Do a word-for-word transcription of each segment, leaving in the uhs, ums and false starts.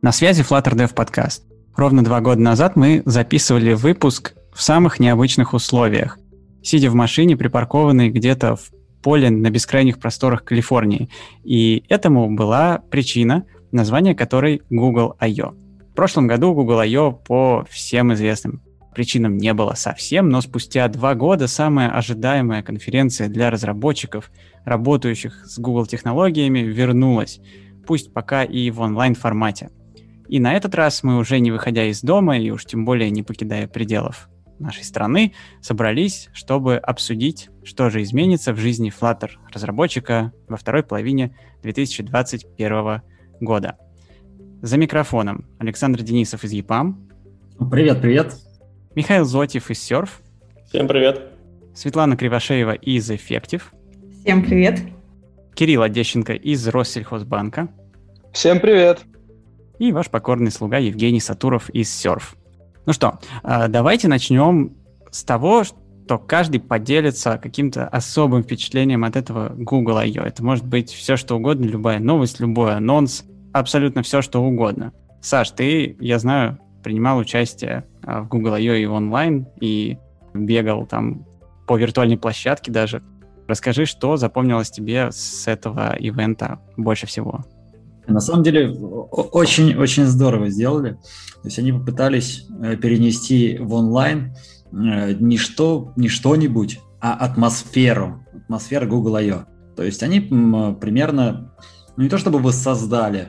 На связи Flutter Dev Podcast. Ровно два года назад мы записывали выпуск в самых необычных условиях, сидя в машине, припаркованной где-то в поле на бескрайних просторах Калифорнии. И этому была причина, название которой Google I O. В прошлом году Google I O по всем известным причинам не было совсем, но спустя два года самая ожидаемая конференция для разработчиков, работающих с Google технологиями, вернулась, пусть пока и в онлайн-формате. И на этот раз мы, уже не выходя из дома и уж тем более не покидая пределов нашей страны, собрались, чтобы обсудить, что же изменится в жизни Flutter разработчика во второй половине две тысячи двадцать первого года. За микрофоном Александр Денисов из ЕПАМ. Привет, привет. Михаил Зотьев из Surf. Всем привет. Светлана Кривошеева из Effective. Всем привет. Кирилл Одещенко из Россельхозбанка. Всем привет. И ваш покорный слуга Евгений Сатуров из Surf. Ну что, давайте начнем с того, что каждый поделится каким-то особым впечатлением от этого Google I O. Это может быть все, что угодно, любая новость, любой анонс, абсолютно все, что угодно. Саш, ты, я знаю, принимал участие в Google I O и онлайн, и бегал там по виртуальной площадке даже. Расскажи, что запомнилось тебе с этого ивента больше всего? На самом деле, очень-очень здорово сделали. То есть они попытались перенести в онлайн не, что, не что-нибудь, а атмосферу. Атмосферу Google I O. То есть они примерно, ну не то чтобы воссоздали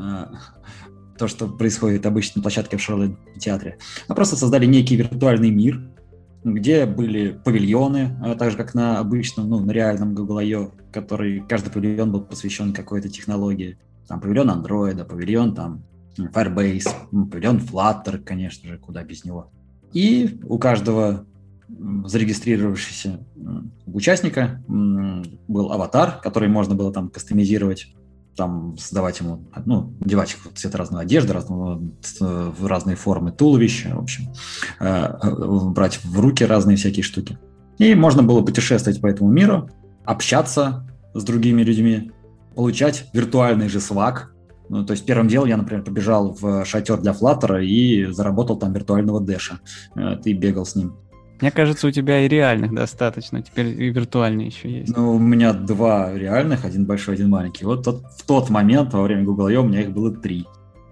то, что происходит обычно на площадке в Шарлотт-театре, а просто создали некий виртуальный мир, где были павильоны, так же, как на обычном, ну, на реальном Google I O, который, каждый павильон был посвящен какой-то технологии. Там павильон Android, павильон там Firebase, павильон Flutter, конечно же, куда без него. И у каждого зарегистрировавшегося участника был аватар, который можно было там кастомизировать, там создавать ему, ну, одевать цвет разной одежды, разного, в разные формы туловища, в общем, брать в руки разные всякие штуки. И можно было путешествовать по этому миру, общаться с другими людьми, получать виртуальный же сваг. Ну, то есть первым делом я, например, побежал в шатер для Flutter и заработал там виртуального дэша. Ты бегал с ним. Мне кажется, у тебя и реальных достаточно, теперь и виртуальные еще есть. Ну, у меня два реальных, один большой, один маленький. Вот тот, в тот момент, во время Google I O, у меня их было три.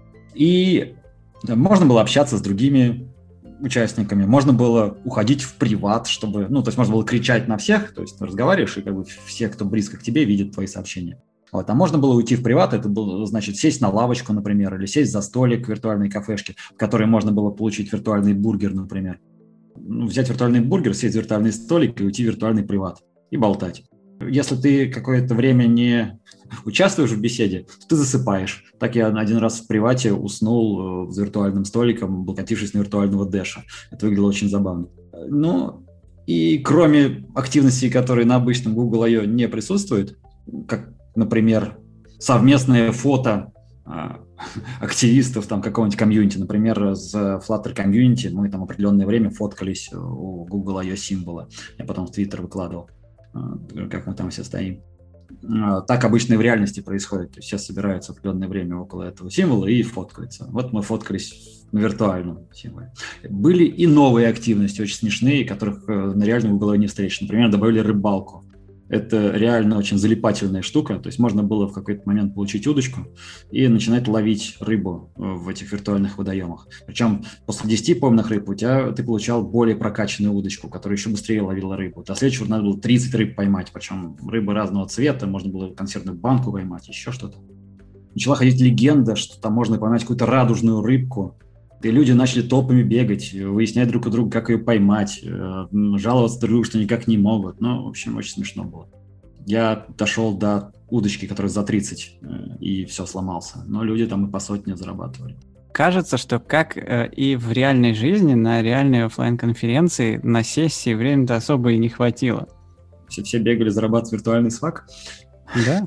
И да, можно было общаться с другими участниками, можно было уходить в приват, чтобы, ну, то есть можно было кричать на всех, то есть ты разговариваешь, и как бы все, кто близко к тебе, видят твои сообщения. Вот, а можно было уйти в приват, это было, значит, сесть на лавочку, например, или сесть за столик в виртуальной кафешке, в которой можно было получить виртуальный бургер, например. Ну, взять виртуальный бургер, сесть в виртуальный столик и уйти в виртуальный приват и болтать. Если ты какое-то время не участвуешь в беседе, то ты засыпаешь. Так я один раз в привате уснул с виртуальным столиком, облокотившись на виртуального дэша. Это выглядело очень забавно. Ну, и кроме активностей, которые на обычном Google I O не присутствуют, как, например, совместное фото активистов там какого-нибудь комьюнити, например, с Flutter комьюнити, мы там определенное время фоткались у Google I O символа. Я потом в Twitter выкладывал, как мы там все стоим. Так обычно и в реальности происходит. То есть все собираются в определенное время около этого символа и фоткаются. Вот мы фоткались на виртуальном символе. Были и новые активности, очень смешные, которых на реальном Google I O не встретишь. Например, добавили рыбалку. Это реально очень залипательная штука, то есть можно было в какой-то момент получить удочку и начинать ловить рыбу в этих виртуальных водоемах. Причем после десяти пойманных рыб у тебя ты получал более прокачанную удочку, которая еще быстрее ловила рыбу. До следующего надо было тридцать рыб поймать, причем рыбы разного цвета, можно было консервную банку поймать, еще что-то. Начала ходить легенда, что там можно поймать какую-то радужную рыбку. И люди начали толпами бегать, выяснять друг у друга, как ее поймать, жаловаться друг другу, что никак не могут. Ну, в общем, очень смешно было. Я дошел до удочки, которая за тридцать, и все, сломался. Но люди там и по сотне зарабатывали. Кажется, что как и в реальной жизни, на реальной офлайн-конференции, на сессии времени-то особо и не хватило. Все, все бегали зарабатывать виртуальный сваг? Да.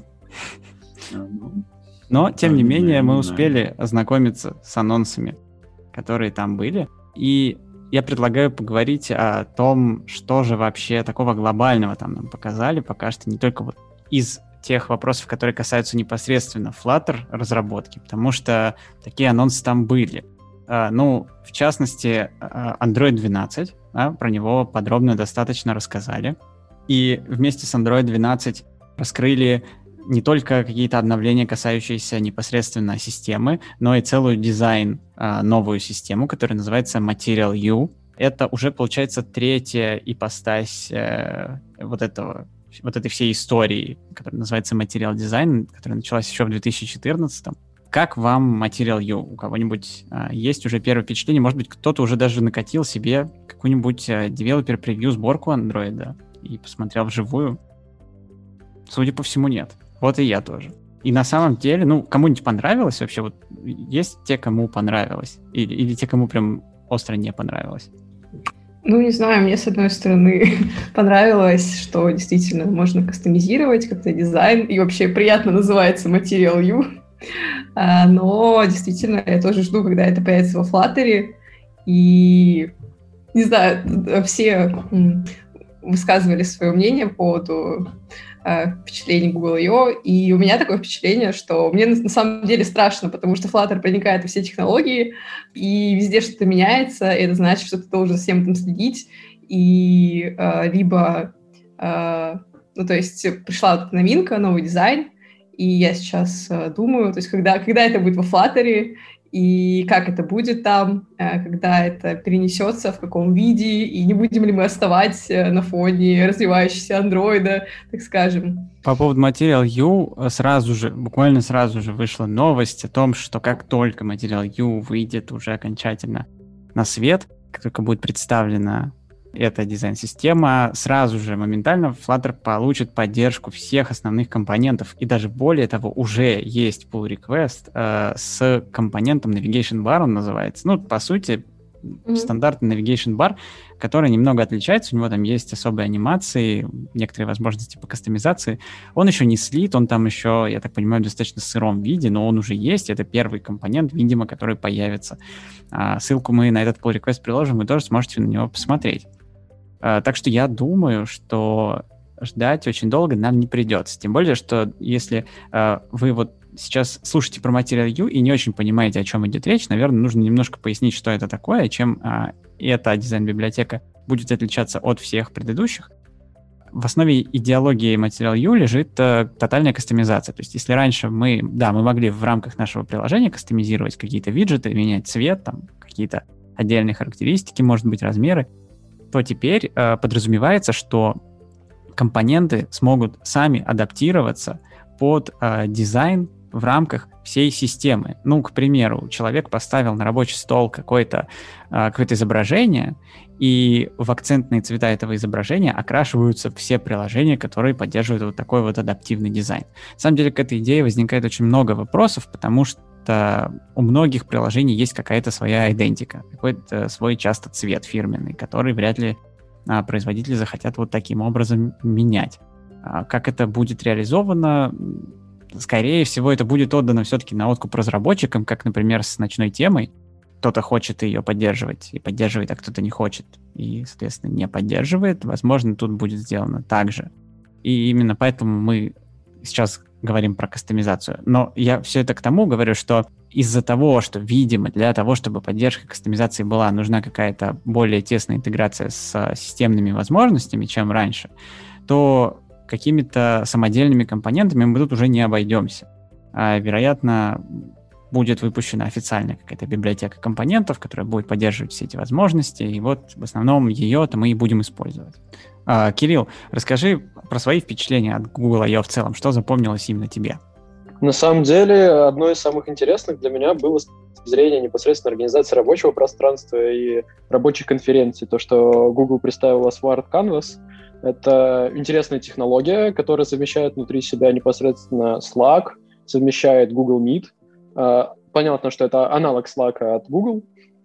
Но, тем не менее, мы успели ознакомиться с анонсами, которые там были. И я предлагаю поговорить о том, что же вообще такого глобального там нам показали. Пока что не только вот из тех вопросов, которые касаются непосредственно Flutter разработки, потому что такие анонсы там были. Uh, ну, в частности, uh, Android двенадцать, да, про него подробно достаточно рассказали. И вместе с Android двенадцать раскрыли не только какие-то обновления, касающиеся непосредственно системы, но и целую дизайн, uh, новую систему, которая называется Material You. Это уже, получается, третья ипостась uh, вот этого, вот этой всей истории, которая называется Material Design, которая началась еще в две тысячи четырнадцатом. Как вам Material You? У кого-нибудь а, есть уже первое впечатление? Может быть, кто-то уже даже накатил себе какую-нибудь а, девелопер-превью сборку андроида и посмотрел вживую? Судя по всему, нет. Вот и я тоже. И на самом деле, ну, кому-нибудь понравилось вообще? Вот есть те, кому понравилось? Или, или те, кому прям остро не понравилось? Ну, не знаю, мне, с одной стороны, понравилось, что действительно можно кастомизировать как-то дизайн, и вообще приятно называется Material You. Но действительно, я тоже жду, когда это появится во Flutter. И, не знаю, все высказывали свое мнение по поводу впечатлений Google ай о, и у меня такое впечатление, что мне на самом деле страшно, потому что Flutter проникает во все технологии, и везде что-то меняется, и это значит, что ты должен за всем этим следить, и либо, ну, то есть пришла вот новинка, новый дизайн, и я сейчас э, думаю, то есть когда, когда это будет во Flutter, и как это будет там, э, когда это перенесется, в каком виде, и не будем ли мы оставать э, на фоне развивающегося андроида, так скажем. По поводу Material You сразу же, буквально сразу же вышла новость о том, что как только Material You выйдет уже окончательно на свет, как только будет представлена эта дизайн-система, сразу же моментально Flutter получит поддержку всех основных компонентов. И даже более того, уже есть pull request э, с компонентом Navigation Bar, он называется. Ну, по сути, mm-hmm. стандартный Navigation Bar, который немного отличается. У него там есть особые анимации, некоторые возможности по кастомизации. Он еще не слит, он там еще, я так понимаю, в достаточно сыром виде, но он уже есть. Это первый компонент, видимо, который появится. А, ссылку мы на этот pull request приложим, вы тоже сможете на него посмотреть. Uh, так что я думаю, что ждать очень долго нам не придется. Тем более, что если uh, вы вот сейчас слушаете про Material You и не очень понимаете, о чем идет речь, наверное, нужно немножко пояснить, что это такое, чем uh, эта дизайн-библиотека будет отличаться от всех предыдущих. В основе идеологии Material You лежит uh, тотальная кастомизация. То есть если раньше мы, да, мы могли в рамках нашего приложения кастомизировать какие-то виджеты, менять цвет, там, какие-то отдельные характеристики, может быть, размеры, то теперь э, подразумевается, что компоненты смогут сами адаптироваться под э, дизайн в рамках всей системы. Ну, к примеру, человек поставил на рабочий стол какое-то, э, какое-то изображение, и в акцентные цвета этого изображения окрашиваются все приложения, которые поддерживают вот такой вот адаптивный дизайн. На самом деле, к этой идее возникает очень много вопросов, потому что у многих приложений есть какая-то своя идентика, какой-то свой часто цвет фирменный, который вряд ли а, производители захотят вот таким образом менять. А, как это будет реализовано? Скорее всего, это будет отдано все-таки на откуп разработчикам, как, например, с ночной темой. Кто-то хочет ее поддерживать и поддерживает, а кто-то не хочет и, соответственно, не поддерживает. Возможно, тут будет сделано так же. И именно поэтому мы сейчас говорим про кастомизацию. Но я все это к тому говорю, что из-за того, что, видимо, для того, чтобы поддержка кастомизации была, нужна какая-то более тесная интеграция с системными возможностями, чем раньше, то какими-то самодельными компонентами мы тут уже не обойдемся. А, вероятно, будет выпущена официальная какая-то библиотека компонентов, которая будет поддерживать все эти возможности, и вот в основном ее-то мы и будем использовать. А, Кирилл, расскажи про свои впечатления от Google ай о в целом. Что запомнилось именно тебе? На самом деле, одно из самых интересных для меня было с точки зрения непосредственно организации рабочего пространства и рабочих конференций. То, что Google представила Smart Canvas, это интересная технология, которая совмещает внутри себя непосредственно Slack, совмещает Google Meet. Понятно, что это аналог Slack от Google.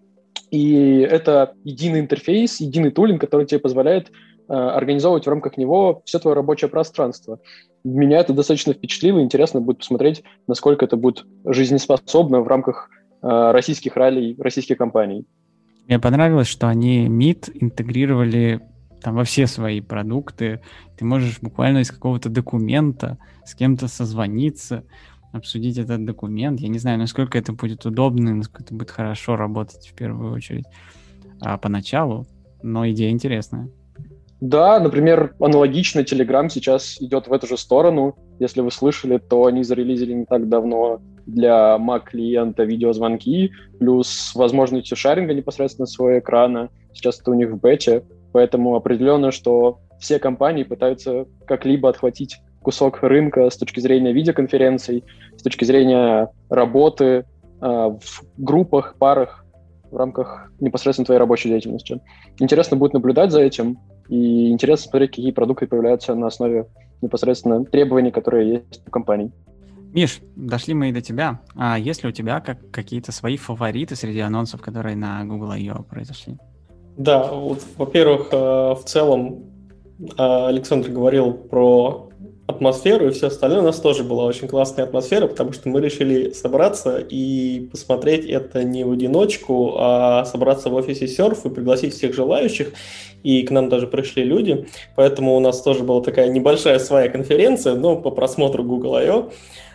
И это единый интерфейс, единый тулинг, который тебе позволяет организовывать в рамках него все твое рабочее пространство. Меня это достаточно впечатлило. Интересно будет посмотреть, насколько это будет жизнеспособно в рамках российских реалий, российских компаний. Мне понравилось, что они Meet интегрировали там во все свои продукты. Ты можешь буквально из какого-то документа с кем-то созвониться, обсудить этот документ. Я не знаю, насколько это будет удобно, насколько это будет хорошо работать в первую очередь а, поначалу, но идея интересная. Да, например, аналогично Telegram сейчас идет в эту же сторону. Если вы слышали, то они зарелизили не так давно для Mac-клиента видеозвонки, плюс с возможностью шаринга непосредственно своего экрана. Сейчас это у них в бете, поэтому определенно, что все компании пытаются как-либо отхватить кусок рынка с точки зрения видеоконференций, с точки зрения работы э, в группах, парах в рамках непосредственно твоей рабочей деятельности. Интересно будет наблюдать за этим, и интересно смотреть, какие продукты появляются на основе непосредственно требований, которые есть у компаний. Миш, дошли мы и до тебя. А есть ли у тебя как, какие-то свои фавориты среди анонсов, которые на Google ай о произошли? Да, вот, во-первых, в целом Александр говорил про атмосферу и все остальное. У нас тоже была очень классная атмосфера, потому что мы решили собраться и посмотреть это не в одиночку, а собраться в офисе Surf и пригласить всех желающих. И к нам даже пришли люди, поэтому у нас тоже была такая небольшая своя конференция, но по просмотру Google ай о.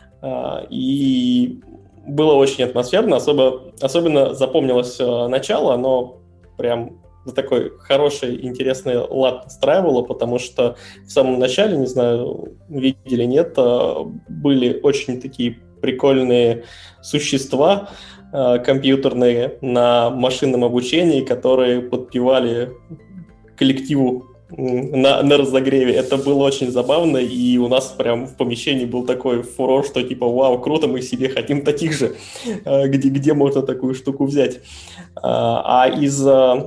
И было очень атмосферно, особо, особенно запомнилось начало, оно прям за такой хороший, интересный лад настраивало, потому что в самом начале, не знаю, видели, нет, были очень такие прикольные существа компьютерные на машинном обучении, которые подпевали коллективу на, на разогреве. Это было очень забавно, и у нас прям в помещении был такой фурор, что типа, вау, круто, мы себе хотим таких же, где, где можно такую штуку взять. А из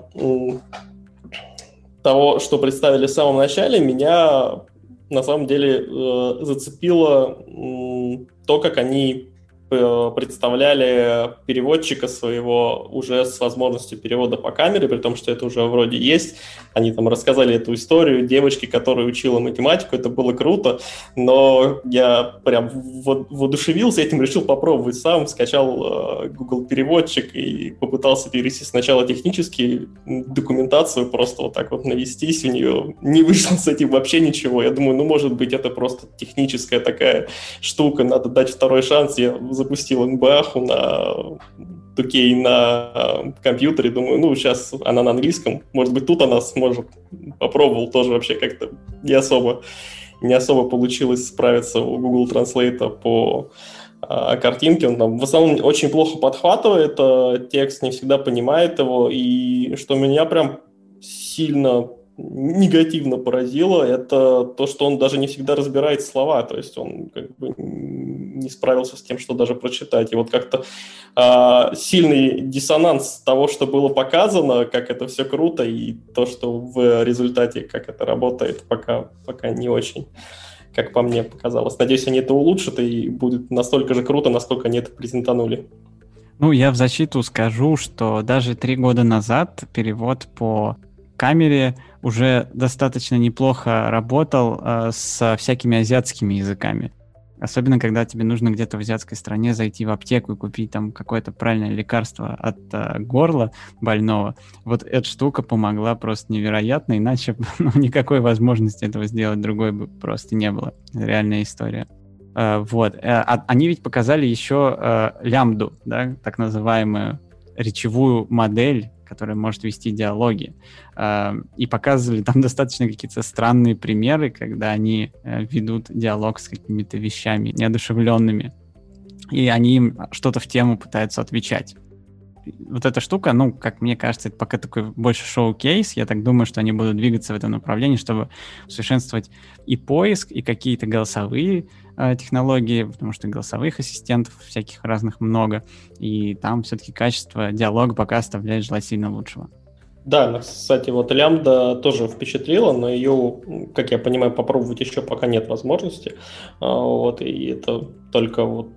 того, что представили в самом начале, меня на самом деле зацепило то, как они представляли переводчика своего уже с возможностью перевода по камере, при том, что это уже вроде есть. Они там рассказали эту историю девочки, которая учила математику, это было круто, но я прям воодушевился этим, решил попробовать сам, скачал Google переводчик и попытался перевести сначала технически документацию, просто вот так вот навестись, у нее не вышло с этим вообще ничего. Я думаю, ну, может быть, это просто техническая такая штука, надо дать второй шанс. Я запустил эн бэ эй на Тукей на компьютере, думаю, ну, сейчас она на английском, может быть, тут она сможет. Попробовал тоже вообще как-то не особо, не особо получилось справиться у Google Translate по а, картинке. Он там в основном очень плохо подхватывает а, текст, не всегда понимает его, и что меня прям сильно негативно поразило, это то, что он даже не всегда разбирает слова, то есть он как бы не справился с тем, что даже прочитать. И вот как-то э, сильный диссонанс того, что было показано, как это все круто, и то, что в результате, как это работает, пока, пока не очень, как по мне показалось. Надеюсь, они это улучшат, и будет настолько же круто, насколько они это презентанули. Ну, я в защиту скажу, что даже три года назад перевод по камере уже достаточно неплохо работал э, со всякими азиатскими языками. Особенно, когда тебе нужно где-то в азиатской стране зайти в аптеку и купить там какое-то правильное лекарство от э, горла больного. Вот эта штука помогла просто невероятно, иначе ну, никакой возможности этого сделать другой бы просто не было. Реальная история. Э, вот. Э, они ведь показали еще э, лямбду, да, так называемую речевую модель, которая может вести диалоги. И показывали там достаточно какие-то странные примеры, когда они ведут диалог с какими-то вещами неодушевленными, и они им что-то в тему пытаются отвечать. Вот эта штука, ну, как мне кажется, это пока такой больше шоу-кейс. Я так думаю, что они будут двигаться в этом направлении, чтобы усовершенствовать и поиск, и какие-то голосовые э, технологии, потому что голосовых ассистентов всяких разных много, и там все-таки качество диалога пока оставляет желать сильно лучшего. Да, кстати, вот лямбда тоже впечатлила, но ее, как я понимаю, попробовать еще пока нет возможности. Вот, и это только вот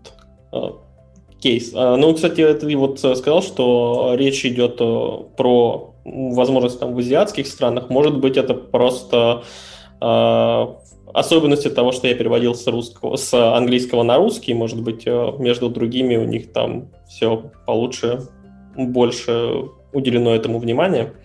кейс. Ну, кстати, ты вот сказал, что речь идет про возможность там в азиатских странах. Может быть, это просто особенности того, что я переводил с русского, с английского на русский. Может быть, между другими у них там все получше, больше уделено этому внимания.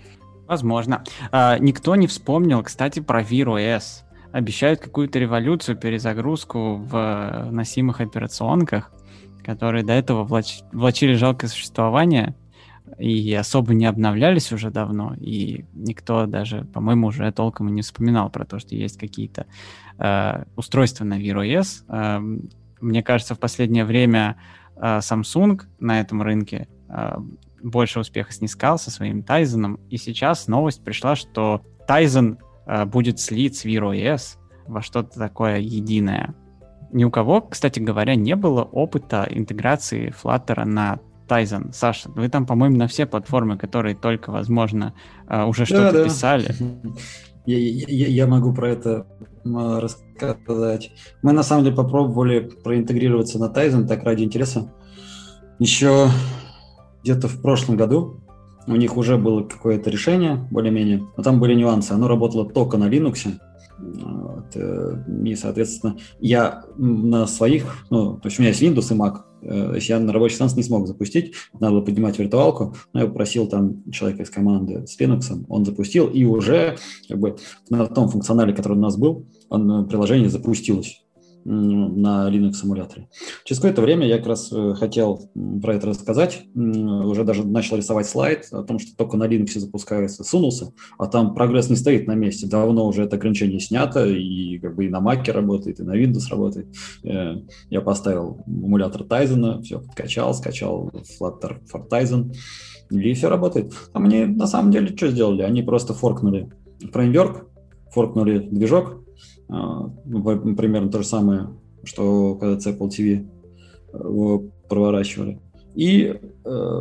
Возможно. А, никто не вспомнил, кстати, про Wear о эс. Обещают какую-то революцию, перезагрузку в носимых операционках, которые до этого влач... влачили жалкое существование и особо не обновлялись уже давно, и никто даже, по-моему, уже толком и не вспоминал про то, что есть какие-то э, устройства на Wear о эс. Э, мне кажется, в последнее время э, Samsung на этом рынке э, больше успеха снискал со своим Tizen, и сейчас новость пришла, что Tizen э, будет слит с Wear о эс во что-то такое единое. Ни у кого, кстати говоря, не было опыта интеграции Flutter на Tizen. Саша, вы там, по-моему, на все платформы, которые только возможно, уже да, что-то да. писали. Я, я, я могу про это рассказать. Мы, на самом деле, попробовали проинтегрироваться на Tizen, так ради интереса. Еще где-то в прошлом году у них уже было какое-то решение, более-менее, но там были нюансы. Оно работало только на Linux. Вот, и, соответственно, я на своих, ну, то есть у меня есть Windows и Mac, то есть я на рабочий станции не смог запустить, надо было поднимать виртуалку, но я попросил там человека из команды с Linux, он запустил, и уже как бы на том функционале, который у нас был, он, приложение запустилось на Linux-эмуляторе. Через какое-то время я как раз хотел про это рассказать, уже даже начал рисовать слайд о том, что только на Linux запускается, сунулся, а там прогресс не стоит на месте, давно уже это ограничение снято, и как бы и на Mac работает, и на Windows работает. Я поставил эмулятор Tizen, все подкачал, скачал Flutter for Tizen, и все работает. А мне на самом деле что сделали? Они просто форкнули фреймворк, форкнули движок, примерно то же самое, что когда с Apple ти ви проворачивали. И э,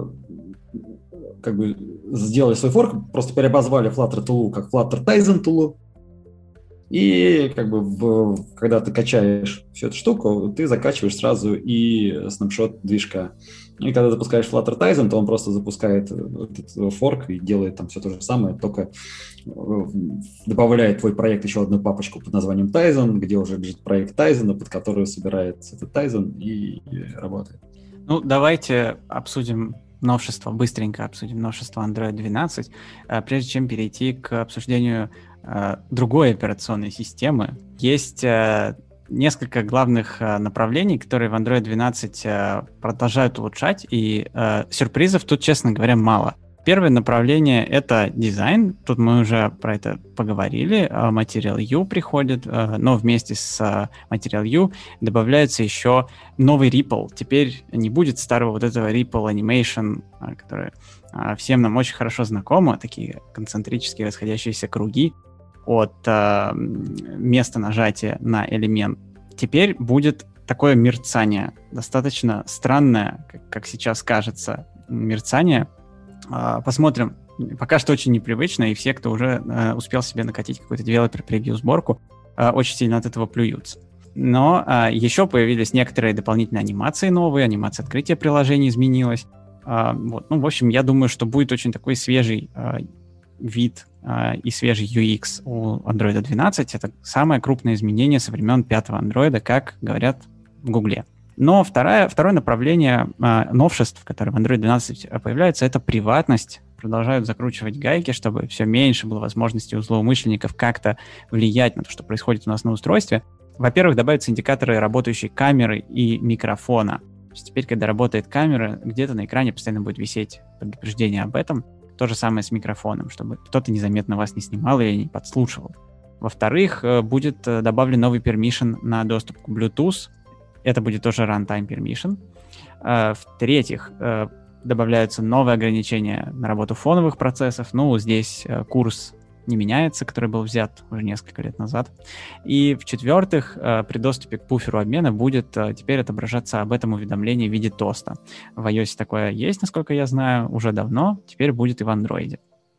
как бы сделали свой форк, просто переобозвали Flutter Tool как Flutter Tizen Tool. И как бы в, когда ты качаешь всю эту штуку, ты закачиваешь сразу и снапшот движка. И когда запускаешь Flutter Tizen, то он просто запускает этот форк и делает там все то же самое, только добавляет твой проект еще одну папочку под названием Tizen, где уже лежит проект Tizen, под который собирается этот Tizen и, и работает. Ну, давайте обсудим новшества, быстренько обсудим новшества Android двенадцать, прежде чем перейти к обсуждению другой операционной системы. Есть несколько главных направлений, которые в Android двенадцать продолжают улучшать, и сюрпризов тут, честно говоря, мало. Первое направление — это дизайн. Тут мы уже про это поговорили. Material U приходит, но вместе с Material U добавляется еще новый Ripple. Теперь не будет старого вот этого Ripple Animation, который всем нам очень хорошо знакомо, такие концентрические расходящиеся круги от э, места нажатия на элемент. Теперь будет такое мерцание, достаточно странное, как, как сейчас кажется, мерцание. Э, посмотрим. Пока что очень непривычно, и все, кто уже э, успел себе накатить какую-то девелопер-превью-сборку, э, очень сильно от этого плюются. Но э, еще появились некоторые дополнительные анимации новые, анимация открытия приложений изменилась. Э, вот. Ну, в общем, я думаю, что будет очень такой свежий э, вид и свежий ю экс у Android двенадцать. Это самое крупное изменение со времен пятого Android, как говорят в Гугле. Но второе, второе направление э, новшеств, которые в Android двенадцать появляются, это приватность. Продолжают закручивать гайки, чтобы все меньше было возможности у злоумышленников как-то влиять на то, что происходит у нас на устройстве. Во-первых, добавятся индикаторы работающей камеры и микрофона. То есть теперь, когда работает камера, где-то на экране постоянно будет висеть предупреждение об этом. То же самое с микрофоном, чтобы кто-то незаметно вас не снимал или не подслушивал. Во-вторых, будет добавлен новый permission на доступ к Bluetooth. Это будет тоже runtime permission. В-третьих, добавляются новые ограничения на работу фоновых процессов. Ну, здесь курс не меняется, который был взят уже несколько лет назад. И в-четвертых, при доступе к буферу обмена будет теперь отображаться об этом уведомление в виде тоста. В iOS такое есть, насколько я знаю, уже давно, теперь будет и в Android.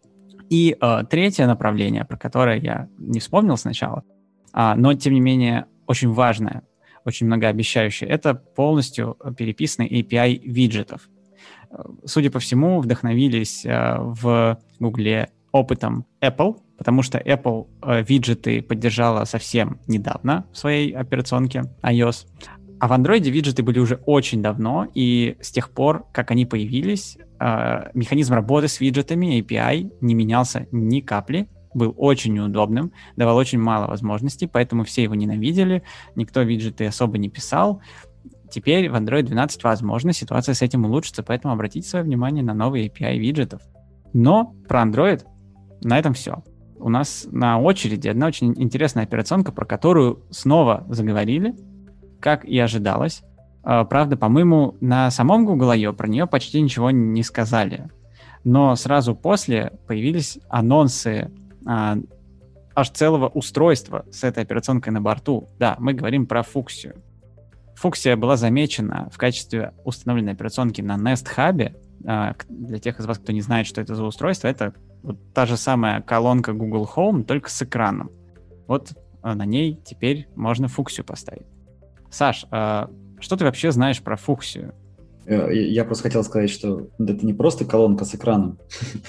И э, третье направление, про которое я не вспомнил сначала, а, но, тем не менее, очень важное, очень многообещающее, это полностью переписанный эй пи ай виджетов. Судя по всему, вдохновились э, в Гугле опытом Apple, потому что Apple э, виджеты поддержала совсем недавно в своей операционке iOS. А в Android виджеты были уже очень давно, и с тех пор, как они появились, э, механизм работы с виджетами, эй пи ай, не менялся ни капли, был очень неудобным, давал очень мало возможностей, поэтому все его ненавидели, никто виджеты особо не писал. Теперь в Android двенадцать, возможно, ситуация с этим улучшится, поэтому обратите свое внимание на новые эй пи ай виджетов. Но про Android на этом все. У нас на очереди одна очень интересная операционка, про которую снова заговорили, как и ожидалось. Правда, по-моему, на самом Google ай о про нее почти ничего не сказали. Но сразу после появились анонсы а, аж целого устройства с этой операционкой на борту. Да, мы говорим про Fuchsia. Fuchsia была замечена в качестве установленной операционки на Nest Hub. А, для тех из вас, кто не знает, что это за устройство, это вот та же самая колонка Google Home, только с экраном. Вот на ней теперь можно Fuchsia поставить. Саш, а что ты вообще знаешь про Fuchsia? Я просто хотел сказать, что это не просто колонка с экраном,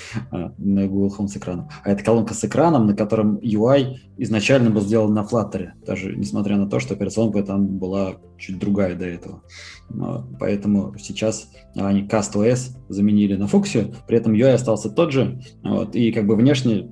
на Google Home с экраном, а это колонка с экраном, на котором ю ай изначально был сделан на Flutter, даже несмотря на то, что операционка там была чуть другая до этого. Поэтому сейчас они CastOS заменили на Fuchsia, при этом ю ай остался тот же, вот, и как бы внешне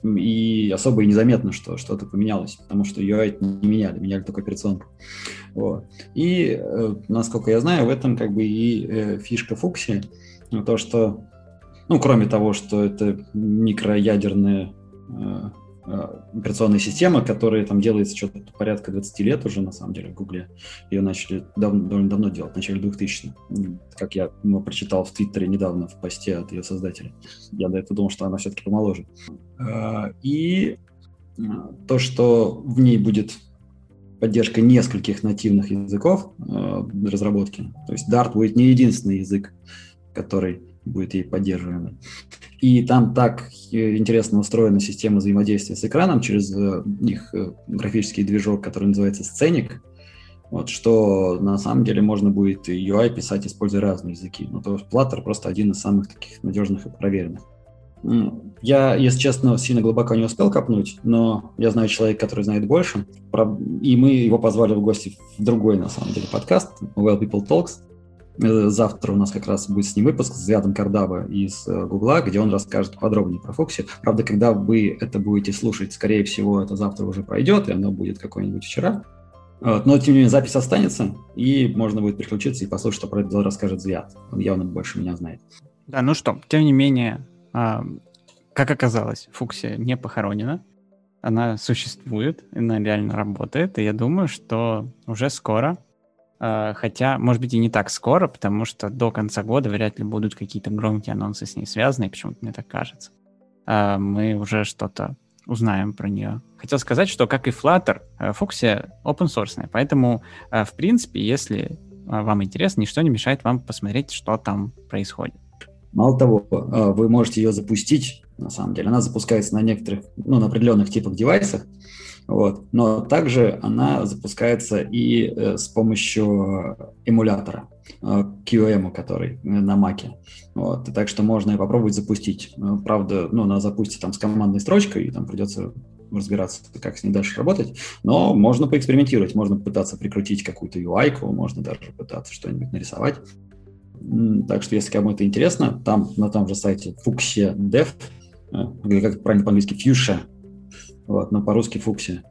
и особо и незаметно, что что-то поменялось, потому что ю ай не меняли, меняли только операционку. Вот. И, э, насколько я знаю, в этом как бы и э, фишка Fuchsia, то, что, ну, кроме того, что это микроядерная э, э, операционная система, которая там делается что-то порядка двадцать лет уже, на самом деле, в Гугле. Ее начали дав- довольно давно делать, в начале двухтысячных. Как я ну, прочитал в Твиттере недавно в посте от ее создателя. Я до этого думал, что она все-таки помоложе. Э, и э, то, что в ней будет поддержка нескольких нативных языков э, разработки. То есть Dart будет не единственный язык, который будет ей поддерживаемый. И там так интересно устроена система взаимодействия с экраном через э, их э, графический движок, который называется Scenic, вот, что на самом деле можно будет и ю ай писать, используя разные языки. Ну, то есть Flutter просто один из самых таких надежных и проверенных. Я, если честно, сильно глубоко не успел копнуть, но я знаю человека, который знает больше, и мы его позвали в гости в другой, на самом деле, подкаст Well People Talks. Завтра у нас как раз будет с ним выпуск с Зиадом Кардаба из Гугла, где он расскажет подробнее про Fuchsia. Правда, когда вы это будете слушать, скорее всего, это завтра уже пройдет, и оно будет какое-нибудь вчера. Вот. Но, тем не менее, запись останется, и можно будет переключиться и послушать, что про это дело расскажет Зиад. Он явно больше меня знает. Да, ну что, тем не менее... А, как оказалось, Fuchsia не похоронена, она существует, она реально работает, и я думаю, что уже скоро, а, хотя, может быть, и не так скоро, потому что до конца года вряд ли будут какие-то громкие анонсы с ней связаны, почему-то мне так кажется. А, мы уже что-то узнаем про нее. Хотел сказать, что, как и Flutter, Fuchsia open-source, поэтому, в принципе, если вам интересно, ничто не мешает вам посмотреть, что там происходит. Мало того, вы можете ее запустить, на самом деле. Она запускается на некоторых, ну, на определенных типах девайсах, вот, но также она запускается и э, с помощью эмулятора, э, кью эм, который на Mac'е. Вот, и так что можно и попробовать запустить. Правда, ну, она запустится там с командной строчкой, и там придется разбираться, как с ней дальше работать, но можно поэкспериментировать, можно попытаться прикрутить какую-то ю ай-ку, можно даже пытаться что-нибудь нарисовать. Так что, если кому это интересно, там на том же сайте Fuchsia Dev, как правильно по-английски, Fuchsia, вот, но по-русски Fuchsia,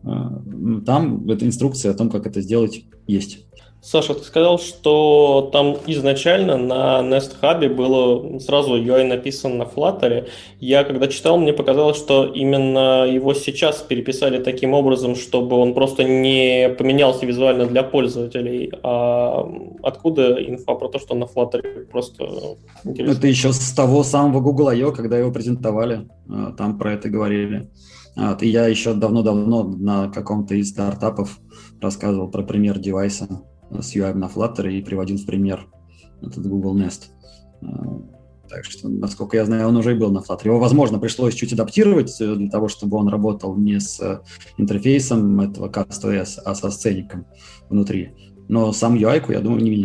там эта инструкция о том, как это сделать, есть. Саша, ты сказал, что там изначально на Nest Hub было сразу ю ай написан на Flutter. Я когда читал, мне показалось, что именно его сейчас переписали таким образом, чтобы он просто не поменялся визуально для пользователей. А откуда инфа про то, что на Flutter? Просто интересно. Это еще с того самого Google ай о, когда его презентовали, там про это говорили. Вот, и я еще давно-давно на каком-то из стартапов рассказывал про пример девайса с ю ай на Flutter и приводил в пример этот Google Nest. Так что, насколько я знаю, он уже и был на Flutter. Его, возможно, пришлось чуть адаптировать для того, чтобы он работал не с интерфейсом этого CastOS, а со сцеником внутри. Но сам ю ай-ку, я думаю, не меняли.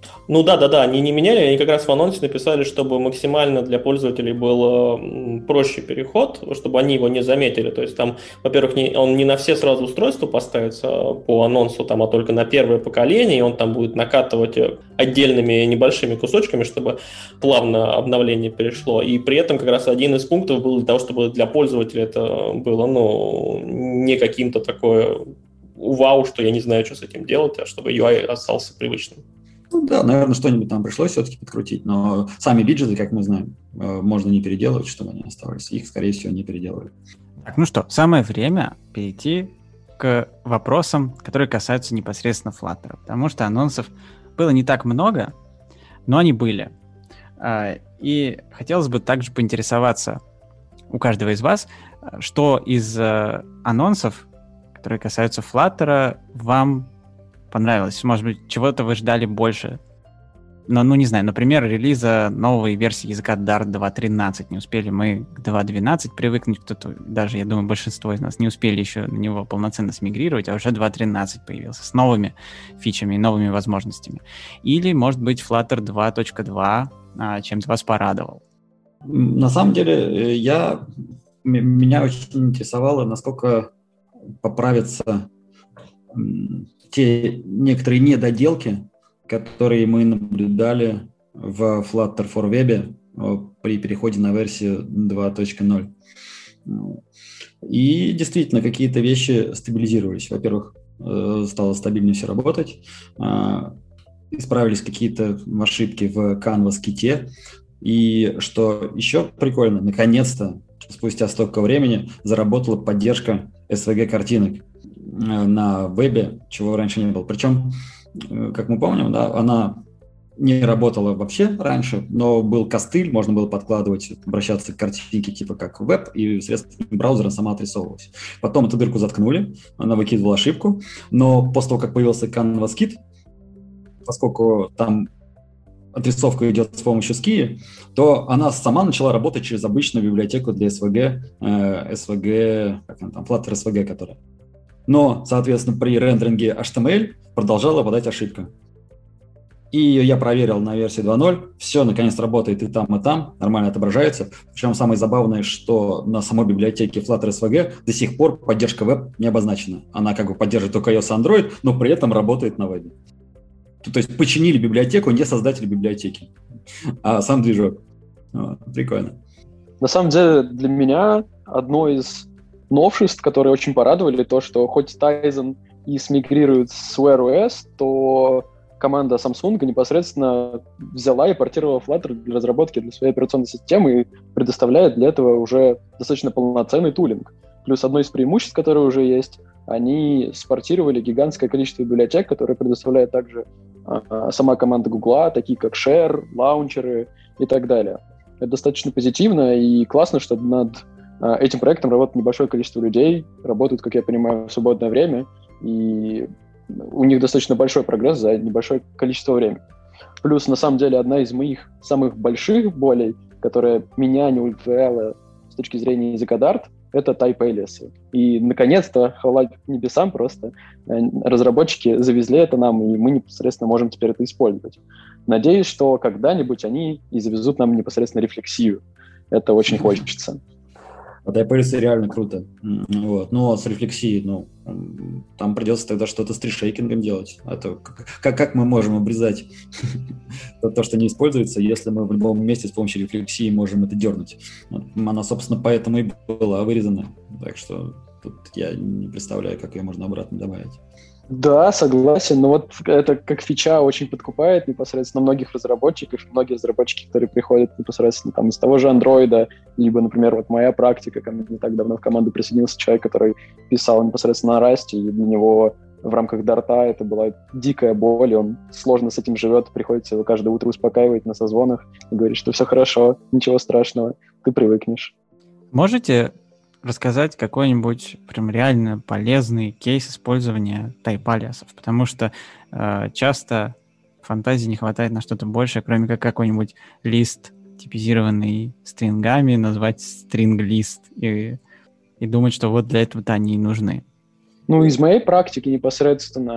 Ну да, да, да, они не меняли, они как раз в анонсе написали, чтобы максимально для пользователей был проще переход, чтобы они его не заметили. То есть там, во-первых, не, он не на все сразу устройства поставится по анонсу, там, а только на первое поколение, и он там будет накатывать отдельными небольшими кусочками, чтобы плавно обновление перешло. И при этом как раз один из пунктов был для того, чтобы для пользователя это было, ну, не каким-то такое вау, что я не знаю, что с этим делать, а чтобы ю ай остался привычным. Ну да, наверное, что-нибудь там пришлось все-таки подкрутить, но сами виджеты, как мы знаем, можно не переделывать, чтобы они оставались. Их, скорее всего, не переделывали. Так, ну что, самое время перейти к вопросам, которые касаются непосредственно Flutter, потому что анонсов было не так много, но они были. И хотелось бы также поинтересоваться у каждого из вас, что из анонсов, которые касаются Flutter, вам понравилось? Может быть, чего-то вы ждали больше? Но, ну, не знаю, например, релиза новой версии языка Dart два точка тринадцать. Не успели мы к два точка двенадцать привыкнуть. Кто-то, даже, я думаю, большинство из нас не успели еще на него полноценно смигрировать, а уже два точка тринадцать появился с новыми фичами и новыми возможностями. Или, может быть, Flutter два точка два а, чем-то вас порадовал? На самом деле, я, меня очень интересовало, насколько поправятся те некоторые недоделки, которые мы наблюдали в Flutter for Web при переходе на версию два точка ноль. И действительно, какие-то вещи стабилизировались. Во-первых, стало стабильнее все работать, исправились какие-то ошибки в Canvas-ките, и что еще прикольно, наконец-то, спустя столько времени, заработала поддержка эс ви джи-картинок на вебе, чего раньше не было. Причем, как мы помним, да, она не работала вообще раньше, но был костыль, можно было подкладывать, обращаться к картинке типа как веб, и средством браузера сама отрисовывалась. Потом эту дырку заткнули, она выкидывала ошибку, но после того, как появился CanvasKit, поскольку там отрисовка идет с помощью ски, то она сама начала работать через обычную библиотеку для эс ви джи, э, эс ви джи, как она там, Flutter эс ви джи, которая. Но, соответственно, при рендеринге эйч ти эм эль продолжала выпадать ошибка. И я проверил на версии два ноль, все наконец работает и там, и там, нормально отображается. Причем самое забавное, что на самой библиотеке Flutter эс ви джи до сих пор поддержка веб не обозначена. Она как бы поддерживает только iOS и Android, но при этом работает на вебе. То есть починили библиотеку не создатели библиотеки, а сам движок. Вот, прикольно. На самом деле для меня одно из новшеств, которые очень порадовали, то, что хоть Tizen и смигрирует с Wear о эс, то команда Samsung непосредственно взяла и портировала Flutter для разработки для своей операционной системы и предоставляет для этого уже достаточно полноценный тулинг. Плюс одно из преимуществ, которое уже есть, они спортировали гигантское количество библиотек, которые предоставляет также а, сама команда Гугла, такие как Share, лаунчеры и так далее. Это достаточно позитивно и классно, что над а, этим проектом работает небольшое количество людей, работают, как я понимаю, в свободное время, и у них достаточно большой прогресс за небольшое количество времени. Плюс, на самом деле, одна из моих самых больших болей, которая меня не удовлетворяла с точки зрения языка Dart, это type-alias. И, наконец-то, хвала небесам, просто разработчики завезли это нам, и мы непосредственно можем теперь это использовать. Надеюсь, что когда-нибудь они и завезут нам непосредственно рефлексию. Это очень хочется. А type-alias реально круто. Вот. Но с рефлексией, ну, там придется тогда что-то с трешейкингом делать. Это как, как мы можем обрезать то, что не используется, если мы в любом месте с помощью рефлексии можем это дернуть. Она, собственно, поэтому и была вырезана. Так что тут я не представляю, как ее можно обратно добавить. Да, согласен, но вот это как фича очень подкупает непосредственно многих разработчиков, многие разработчики, которые приходят непосредственно там из того же андроида, либо, например, вот моя практика, ко мне не так давно в команду присоединился человек, который писал непосредственно на Rust, и для него в рамках Дарта это была дикая боль, и он сложно с этим живет, приходится его каждое утро успокаивать на созвонах и говорить, что все хорошо, ничего страшного, ты привыкнешь. Можете рассказать какой-нибудь прям реально полезный кейс использования type-алиасов, потому что э, часто фантазии не хватает на что-то большее, кроме как какой-нибудь лист, типизированный стрингами, назвать string-лист и, и думать, что вот для этого-то они и нужны. Ну, из моей практики непосредственно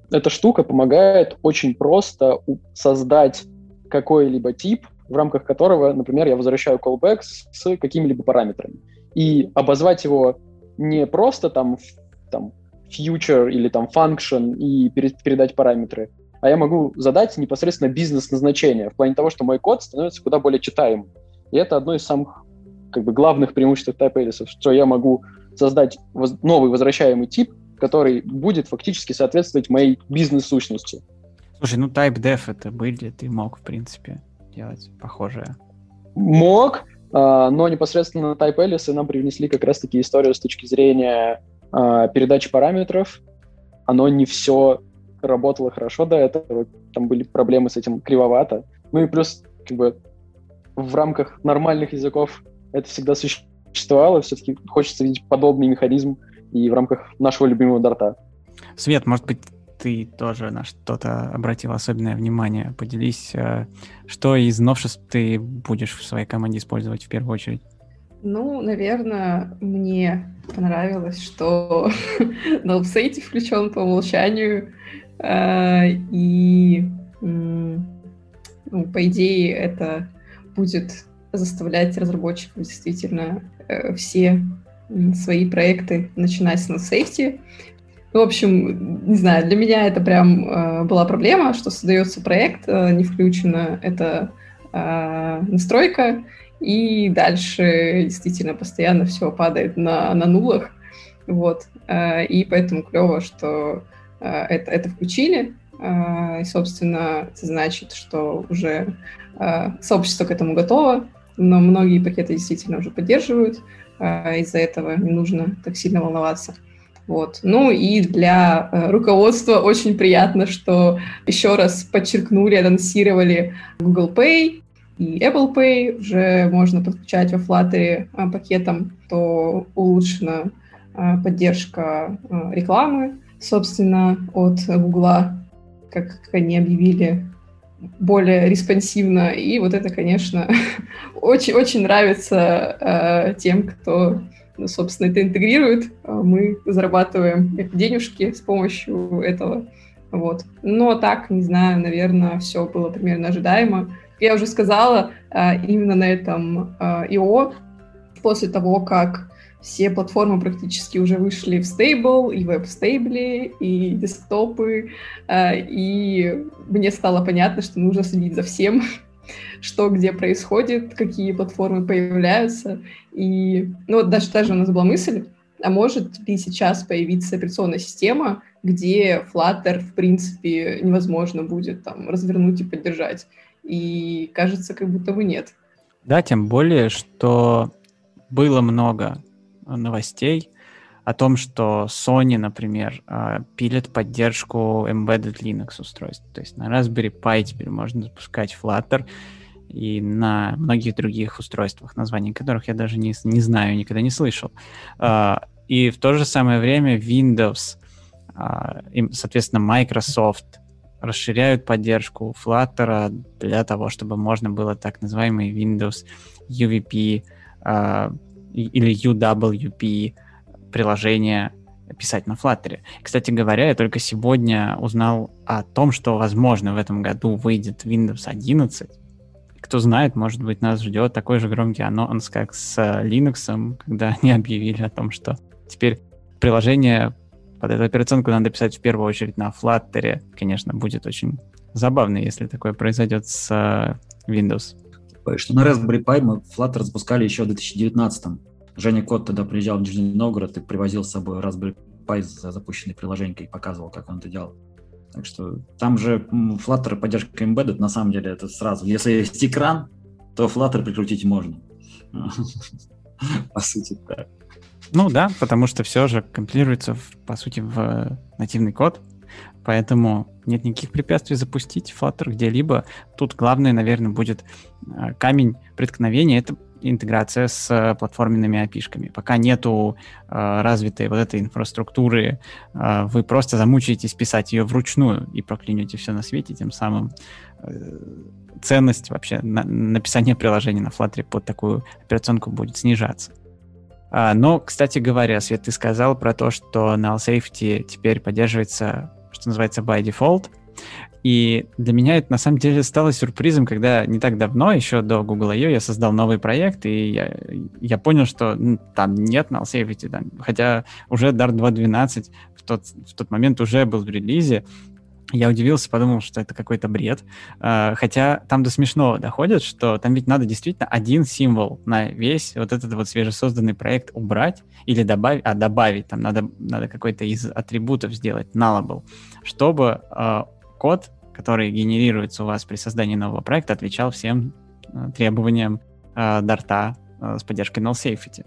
эта штука помогает очень просто создать какой-либо тип, в рамках которого, например, я возвращаю callback с какими-либо параметрами. И обозвать его не просто там, там future или там function и передать параметры, а я могу задать непосредственно бизнес-назначение в плане того, что мой код становится куда более читаемым. И это одно из самых как бы, главных преимуществ TypeAlice, что я могу создать воз- новый возвращаемый тип, который будет фактически соответствовать моей бизнес-сущности. Слушай, ну TypeDev это были, ты мог, в принципе, делать похожее. Мог, а, но непосредственно на TypeAlice нам привнесли как раз-таки историю с точки зрения а, передачи параметров. Оно не все работало хорошо до этого, там были проблемы с этим кривовато. Ну и плюс, как бы, в рамках нормальных языков это всегда существовало, все-таки хочется видеть подобный механизм и в рамках нашего любимого Дарта. Свет, может быть, ты тоже на что-то обратил особенное внимание. Поделись, что из новшеств ты будешь в своей команде использовать в первую очередь? Ну, наверное, мне понравилось, что null safety включен по умолчанию, и, ну, по идее, это будет заставлять разработчиков действительно все свои проекты начинать с null safety. В общем, не знаю, для меня это прям э, была проблема, что создается проект, э, не включена эта э, настройка, и дальше действительно постоянно все падает на, на нулах. Вот. Э, и поэтому клево, что э, это, это включили. Э, и, собственно, это значит, что уже э, сообщество к этому готово, но многие пакеты действительно уже поддерживают. Э, из-за этого не нужно так сильно волноваться. Вот. Ну и для э, руководства очень приятно, что еще раз подчеркнули, анонсировали Google Pay и Apple Pay. Уже можно подключать во Flutter э, пакетом, то улучшена э, поддержка э, рекламы, собственно, от Google, как, как они объявили, более респонсивно. И вот это, конечно, очень-очень нравится э, тем, кто... собственно, это интегрирует, мы зарабатываем денежки с помощью этого. Вот. Но так, не знаю, наверное, все было примерно ожидаемо. Я уже сказала, именно на этом ай о, после того, как все платформы практически уже вышли в стейбл, и веб-стейбли, и десктопы, и мне стало понятно, что нужно следить за всем, что где происходит, какие платформы появляются. И ну, вот даже, даже у нас была мысль, а может ли сейчас появиться операционная система, где Flutter, в принципе, невозможно будет там развернуть и поддержать. И кажется, как будто бы нет. Да, тем более, что было много новостей о том, что Sony, например, пилит поддержку embedded Linux устройств. То есть на Raspberry Pi теперь можно запускать Flutter, и на многих других устройствах, названий которых я даже не, не знаю, никогда не слышал. И в то же самое время Windows, и, соответственно, Microsoft расширяют поддержку Flutter для того, чтобы можно было так называемый Windows ю ви пи или ю дабл ю пи приложение писать на Flutter. Кстати говоря, я только сегодня узнал о том, что, возможно, в этом году выйдет Windows одиннадцать. Кто знает, может быть, нас ждет такой же громкий анонс, как с Linux, когда они объявили о том, что теперь приложение под эту операционку надо писать в первую очередь на Flutter. Конечно, будет очень забавно, если такое произойдет с Windows. Что на Raspberry Pi мы Flutter запускали еще в две тысячи девятнадцатом. Женя Кот тогда приезжал в Нижний Новгород и привозил с собой Raspberry Pi с запущенной приложенькой и показывал, как он это делал. Так что там же Flutter поддержка embedded, на самом деле это сразу. Если есть экран, то Flutter прикрутить можно. По сути, да. Ну да, потому что все же компилируется, в, по сути, в нативный код, поэтому нет никаких препятствий запустить Flutter где-либо. Тут главное, наверное, будет камень преткновения — это интеграция с платформенными эй пи ай-шками. Пока нету э, развитой вот этой инфраструктуры, э, вы просто замучаетесь писать ее вручную и проклянете все на свете, тем самым э, ценность вообще на, написания приложения на Flutter под такую операционку будет снижаться. А, но, кстати говоря, Свет, ты сказал про то, что null safety теперь поддерживается что называется, by default. И для меня это на самом деле стало сюрпризом, когда не так давно, еще до Google ай о, я создал новый проект, и я, я понял, что ну, там нет null safety, там, хотя уже Dart два точка двенадцать в тот, в тот момент уже был в релизе. Я удивился, подумал, что это какой-то бред. Uh, хотя там до смешного доходит, что там ведь надо действительно один символ на весь вот этот вот свежесозданный проект убрать или добавить, а добавить, там надо, надо какой-то из атрибутов сделать, nullable, чтобы uh, код, который генерируется у вас при создании нового проекта, отвечал всем uh, требованиям uh, Dart uh, с поддержкой null safety.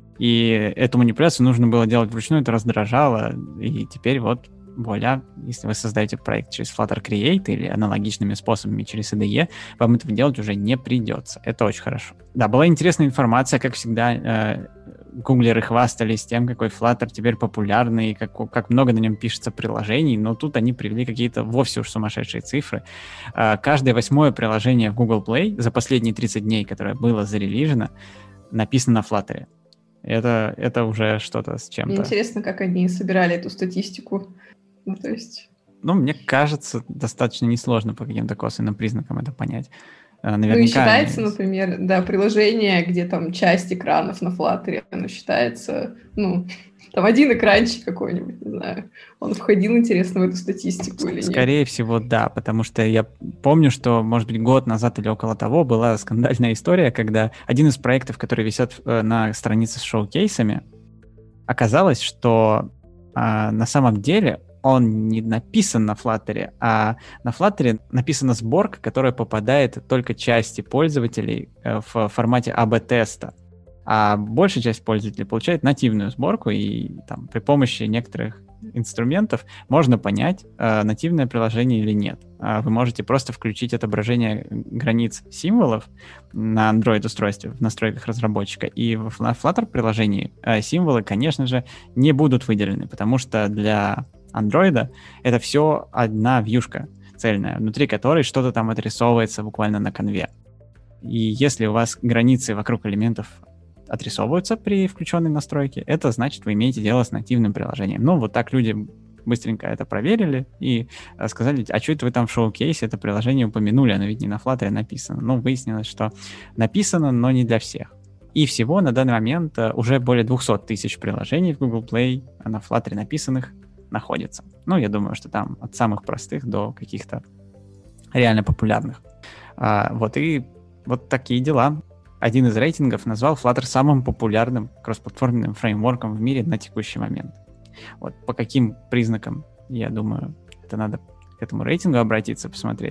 И эту манипуляцию нужно было делать вручную, это раздражало, и теперь вот вуаля, если вы создаете проект через Flutter Create или аналогичными способами через ай ди и, вам этого делать уже не придется. Это очень хорошо. Да, была интересная информация, как всегда, э, гуглеры хвастались тем, какой Flutter теперь популярный, как, как много на нем пишется приложений, но тут они привели какие-то вовсе уж сумасшедшие цифры. Э, каждое восьмое приложение в Google Play за последние тридцать дней, которое было зарелижено, написано на Flutter. Это, это уже что-то с чем-то. Мне интересно, как они собирали эту статистику. Ну, то есть... Ну, мне кажется, достаточно несложно по каким-то косвенным признакам это понять. Наверняка ну, и считается, они... например, да, приложение, где там часть экранов на Flutter, оно считается, ну, там один экранчик какой-нибудь, не знаю. Он входил, интересно, в эту статистику или нет? Скорее всего, да, потому что я помню, что, может быть, год назад или около того была скандальная история, когда один из проектов, которые висят на странице с шоу-кейсами, оказалось, что а, на самом деле он не написан на Flutter, а на Flutter написана сборка, которая попадает только части пользователей в формате эй би-теста. А большая часть пользователей получает нативную сборку, и там, при помощи некоторых инструментов можно понять, э, нативное приложение или нет. Э, вы можете просто включить отображение границ символов на Android-устройстве в настройках разработчика, и в Flutter-приложении э, символы, конечно же, не будут выделены, потому что для Android это все одна вьюшка цельная, внутри которой что-то там отрисовывается буквально на конве. И если у вас границы вокруг элементов отрисовываются при включенной настройке, это значит, вы имеете дело с нативным приложением. Ну, вот так люди быстренько это проверили и сказали, а что это вы там в шоу-кейсе это приложение упомянули, оно ведь не на Flutter написано. Ну, выяснилось, что написано, но не для всех. И всего на данный момент уже более двести тысяч приложений в Google Play на Flutter написанных находится. Ну, я думаю, что там от самых простых до каких-то реально популярных. А, вот и вот такие дела. Один из рейтингов назвал Flutter самым популярным кроссплатформенным фреймворком в мире на текущий момент. Вот по каким признакам, я думаю, это надо к этому рейтингу обратиться, посмотреть.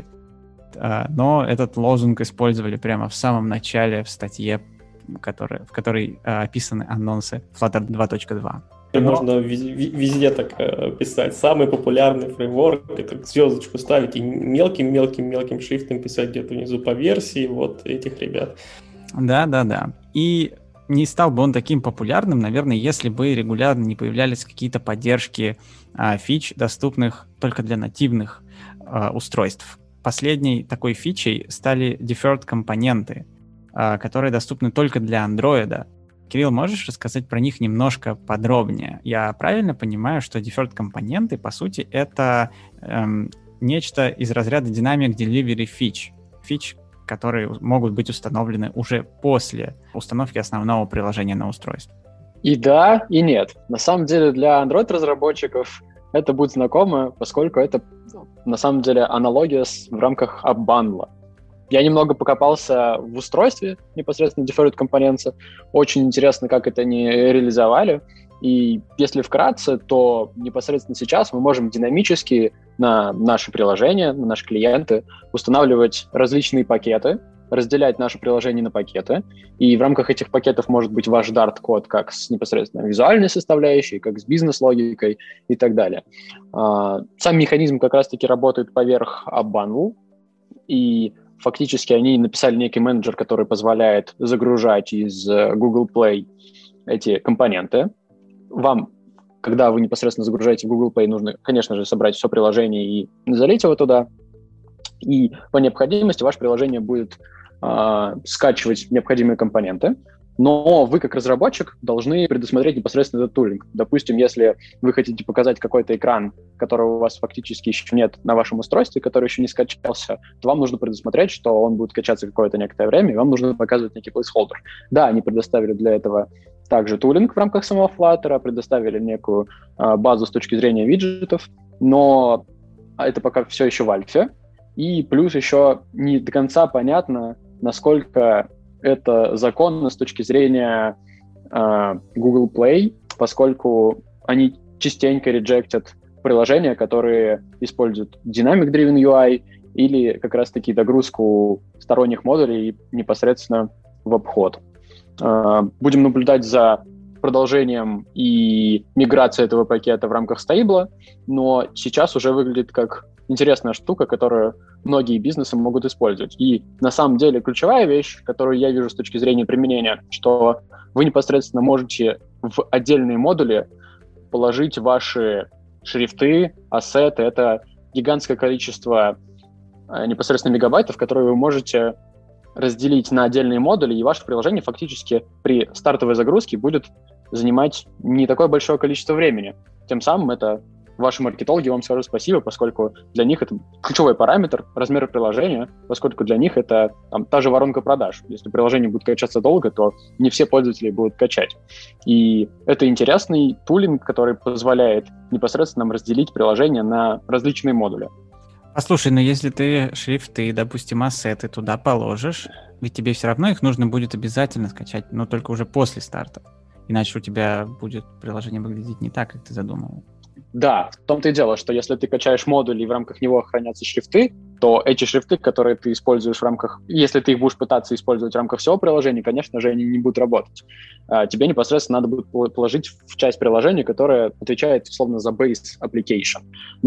А, но этот лозунг использовали прямо в самом начале в статье, который, в которой а, описаны анонсы Flutter два точка два. Можно везде так писать. Самый популярный фреймворк, это звездочку ставить и мелким-мелким-мелким шрифтом писать где-то внизу по версии вот этих ребят. Да-да-да. И не стал бы он таким популярным, наверное, если бы регулярно не появлялись какие-то поддержки а, фич, доступных только для нативных а, устройств. Последней такой фичей стали deferred компоненты, а, которые доступны только для Android. Кирилл, можешь рассказать про них немножко подробнее? Я правильно понимаю, что deferred компоненты, по сути, это эм, нечто из разряда Dynamic Delivery Fetch. Фич, которые могут быть установлены уже после установки основного приложения на устройство. И да, и нет. На самом деле для Android-разработчиков это будет знакомо, поскольку это на самом деле аналогия с, в рамках апбандла. Я немного покопался в устройстве непосредственно Deferred Components. Очень интересно, как это они реализовали. И если вкратце, то непосредственно сейчас мы можем динамически на наши приложения, на наши клиенты устанавливать различные пакеты, разделять наше приложение на пакеты. И в рамках этих пакетов может быть ваш Dart-код как с непосредственно визуальной составляющей, как с бизнес-логикой и так далее. Сам механизм как раз-таки работает поверх Up-Bundle, и фактически они написали некий менеджер, который позволяет загружать из Google Play эти компоненты. Вам, когда вы непосредственно загружаете Google Play, нужно, конечно же, собрать все приложение и залить его туда. И по необходимости ваше приложение будет э, скачивать необходимые компоненты, но вы как разработчик должны предусмотреть непосредственно этот тулинг. Допустим, если вы хотите показать какой-то экран, которого у вас фактически еще нет на вашем устройстве, который еще не скачался, то вам нужно предусмотреть, что он будет качаться какое-то некоторое время, и вам нужно показывать некий placeholder. Да, они предоставили для этого также тулинг в рамках самого Flutter, предоставили некую э, базу с точки зрения виджетов, но это пока все еще в альфе, и плюс еще не до конца понятно, насколько это законно с точки зрения э, Google Play, поскольку они частенько реджектят приложения, которые используют Dynamic Driven ю ай или как раз-таки догрузку сторонних модулей непосредственно в обход. Э, будем наблюдать за продолжением и миграцией этого пакета в рамках стейбла, но сейчас уже выглядит как интересная штука, которую многие бизнесы могут использовать. И на самом деле ключевая вещь, которую я вижу с точки зрения применения, что вы непосредственно можете в отдельные модули положить ваши шрифты, ассеты. Это гигантское количество непосредственно мегабайтов, которые вы можете разделить на отдельные модули, и ваше приложение фактически при стартовой загрузке будет занимать не такое большое количество времени. Тем самым это ваши маркетологи вам скажут спасибо, поскольку для них это ключевой параметр, размер приложения, поскольку для них это там, та же воронка продаж. Если приложение будет качаться долго, то не все пользователи будут качать. И это интересный тулинг, который позволяет непосредственно нам разделить приложение на различные модули. Послушай, но если ты шрифты, допустим, ассеты туда положишь, ведь тебе все равно их нужно будет обязательно скачать, но только уже после старта. Иначе у тебя будет приложение выглядеть не так, как ты задумал. Да, в том-то и дело, что если ты качаешь модуль и в рамках него хранятся шрифты, то эти шрифты, которые ты используешь в рамках... Если ты их будешь пытаться использовать в рамках всего приложения, конечно же, они не будут работать. Тебе непосредственно надо будет положить в часть приложения, которая отвечает, условно, за base application.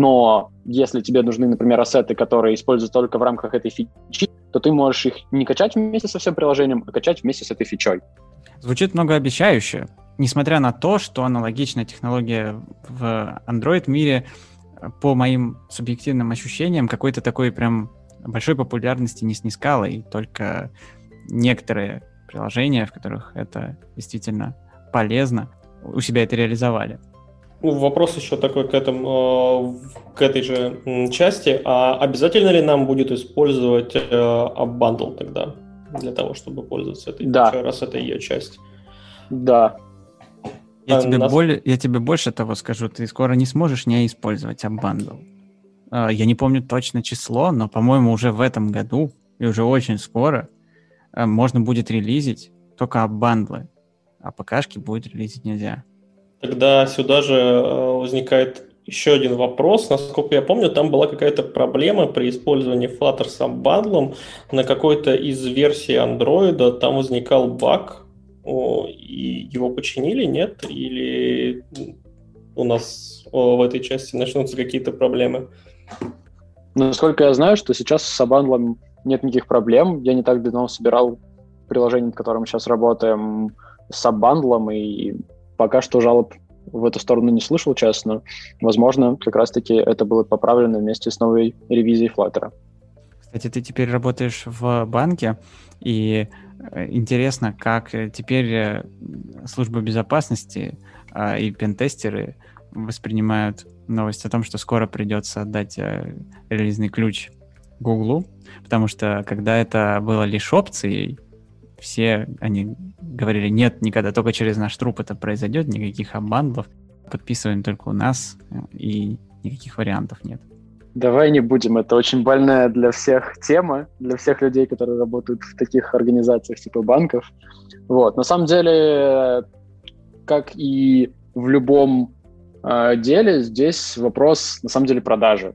Но если тебе нужны, например, ассеты, которые используются только в рамках этой фичи, то ты можешь их не качать вместе со всем приложением, а качать вместе с этой фичой. Звучит многообещающе. Несмотря на то, что аналогичная технология в Android-мире, по моим субъективным ощущениям, какой-то такой прям большой популярности не снискала, и только некоторые приложения, в которых это действительно полезно, у себя это реализовали. Ну, вопрос еще такой к, этому, к этой же части. А обязательно ли нам будет использовать App-Bundle тогда для того, чтобы пользоваться этой да. фичой, раз это ее часть? Да. Я, а тебе нас... более, я тебе больше того скажу, ты скоро не сможешь не использовать App-Bundle. Я не помню точно число, но, по-моему, уже в этом году и уже очень скоро можно будет релизить только App-Bundle, а ПКшки будет релизить нельзя. Тогда сюда же возникает еще один вопрос. Насколько я помню, там была какая-то проблема при использовании Flutter с App-Bundle. На какой-то из версий Android там возникал баг, и его починили, нет? Или у нас в этой части начнутся какие-то проблемы? Насколько я знаю, что сейчас с App-Bundle нет никаких проблем. Я не так давно собирал приложение, над которым сейчас работаем, с App-Bundle, и пока что жалоб в эту сторону не слышал, честно. Возможно, как раз-таки это было поправлено вместе с новой ревизией Flutter. Кстати, ты теперь работаешь в банке, и интересно, как теперь служба безопасности и пентестеры воспринимают новость о том, что скоро придется отдать релизный ключ Гуглу, потому что когда это было лишь опцией, все они говорили, нет, никогда, только через наш труп это произойдет, никаких App-Bundle'ов, подписываем только у нас, и никаких вариантов нет. Давай не будем, это очень больная для всех тема, для всех людей, которые работают в таких организациях типа банков. Вот. На самом деле, как и в любом э, деле, здесь вопрос, на самом деле, продажи.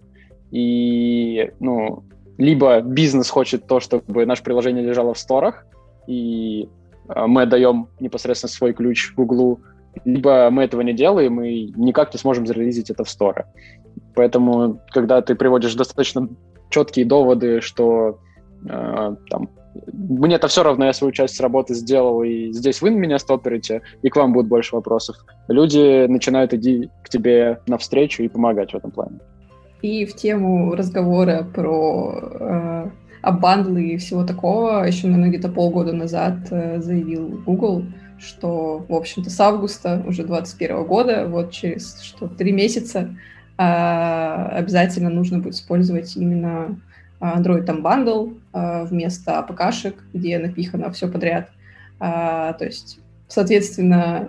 И, ну, либо бизнес хочет то, чтобы наше приложение лежало в сторах, и э, мы отдаем непосредственно свой ключ Гуглу, либо мы этого не делаем и никак не сможем зарелизить это в сторы. Поэтому, когда ты приводишь достаточно четкие доводы, что э, там, мне-то все равно, я свою часть работы сделал, и здесь вы меня стоперите, и к вам будет больше вопросов, люди начинают идти к тебе навстречу и помогать в этом плане. И в тему разговора про э, бандлы и всего такого. Еще, наверное, где-то полгода назад заявил Google, что, в общем-то, с августа уже двадцать первого года, вот через что, три месяца, обязательно нужно будет использовать именно Android Unbundle вместо эй пи кей-шек, где напихано все подряд. То есть, соответственно,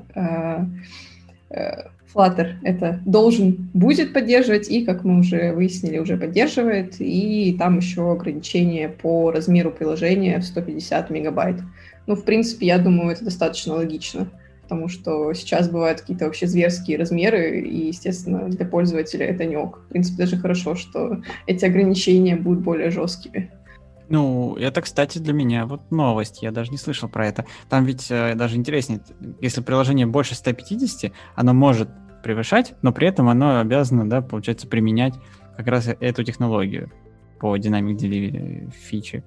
Flutter это должен будет поддерживать, и, как мы уже выяснили, уже поддерживает, и там еще ограничение по размеру приложения в сто пятьдесят мегабайт. Ну, в принципе, я думаю, это достаточно логично, потому что сейчас бывают какие-то вообще зверские размеры, и, естественно, для пользователя это не ок. В принципе, даже хорошо, что эти ограничения будут более жесткими. Ну, это, кстати, для меня вот новость, я даже не слышал про это. Там ведь э, даже интереснее, если приложение больше ста пятидесяти, оно может превышать, но при этом оно обязано, да, получается, применять как раз эту технологию по Dynamic Delivery фичи.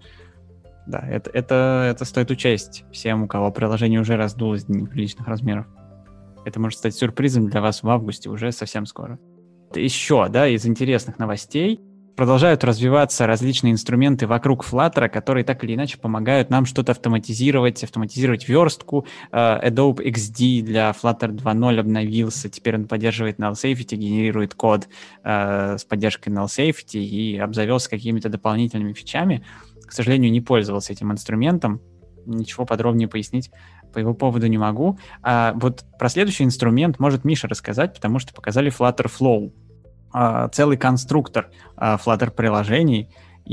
Да, это, это, это стоит учесть всем, у кого приложение уже раздулось до неприличных размеров. Это может стать сюрпризом для вас в августе, уже совсем скоро. Еще, да, из интересных новостей. Продолжают развиваться различные инструменты вокруг Flutter, которые так или иначе помогают нам что-то автоматизировать, автоматизировать верстку. Adobe икс ди для Flutter два ноль обновился, теперь он поддерживает null safety, генерирует код э, с поддержкой null safety и обзавелся какими-то дополнительными фичами. К сожалению, не пользовался этим инструментом, ничего подробнее пояснить по его поводу не могу. А вот про следующий инструмент может Миша рассказать, потому что показали Flutter Flow. Целый конструктор Flutter приложений,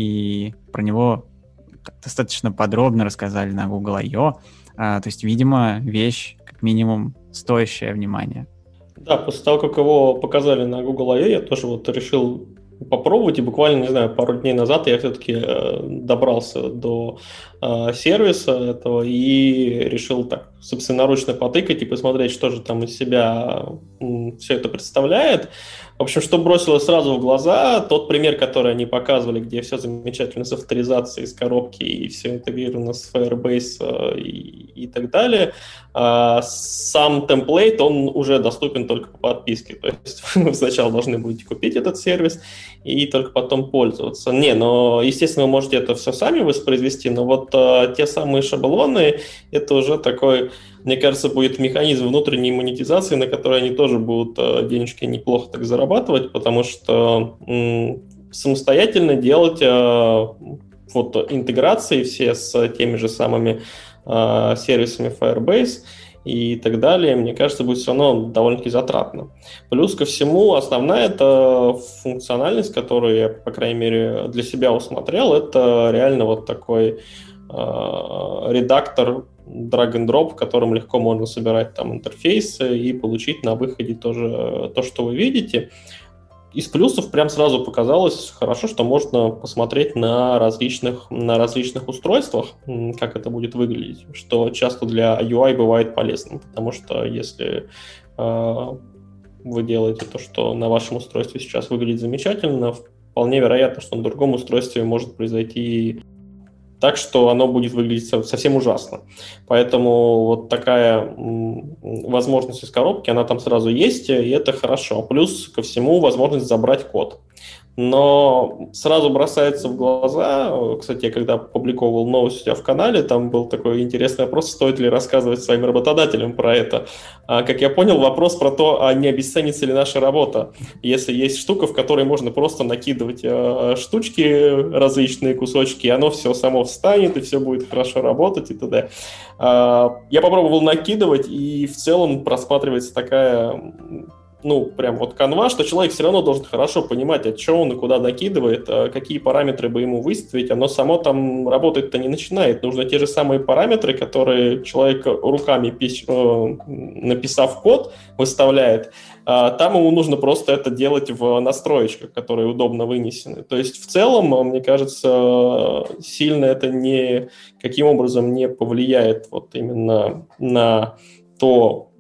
и про него достаточно подробно рассказали на Google ай о. То есть, видимо, вещь, как минимум, стоящая внимания. Да, после того, как его показали на Google ай о, я тоже вот решил попробовать, и буквально, не знаю, пару дней назад я все-таки э, добрался до э, сервиса этого и решил так собственноручно потыкать и посмотреть, что же там из себя э, все это представляет. В общем, что бросилось сразу в глаза, тот пример, который они показывали, где все замечательно с авторизацией, из коробки, и все интегрировано с Firebase э, и, и так далее. А сам темплейт, он уже доступен только по подписке. То есть вы сначала должны будете купить этот сервис и только потом пользоваться. Не, но, естественно, вы можете это все сами воспроизвести, но вот э, те самые шаблоны, это уже такой, мне кажется, будет механизм внутренней монетизации, на который они тоже будут э, денежки неплохо так зарабатывать, потому что м, самостоятельно делать э, вот интеграции все с теми же самыми э, сервисами Firebase и так далее, мне кажется, будет все равно довольно-таки затратно. Плюс ко всему, основная это функциональность, которую я, по крайней мере, для себя усмотрел, это реально вот такой э, редактор drag-and-drop, в котором легко можно собирать там интерфейсы и получить на выходе тоже то, что вы видите. Из плюсов прям сразу показалось хорошо, что можно посмотреть на различных, на различных устройствах, как это будет выглядеть, что часто для ю ай бывает полезным, потому что если э, вы делаете то, что на вашем устройстве сейчас выглядит замечательно, вполне вероятно, что на другом устройстве может произойти так, что оно будет выглядеть совсем ужасно. Поэтому вот такая возможность из коробки, она там сразу есть, и это хорошо. Плюс ко всему возможность забрать код. Но сразу бросается в глаза, кстати, я когда публиковал новость у себя в канале, там был такой интересный вопрос, стоит ли рассказывать своим работодателям про это. А, как я понял, вопрос про то, а не обесценится ли наша работа, если есть штука, в которой можно просто накидывать а, штучки, различные кусочки, и оно все само встанет, и все будет хорошо работать и т.д. А, я попробовал накидывать, и в целом просматривается такая... ну, прям вот канва, что человек все равно должен хорошо понимать, от чего он и куда накидывает, какие параметры бы ему выставить, оно само там работать-то не начинает. Нужно те же самые параметры, которые человек руками, написав код, выставляет, там ему нужно просто это делать в настроечках, которые удобно вынесены. То есть в целом, мне кажется, сильно это никаким образом не повлияет вот именно на то,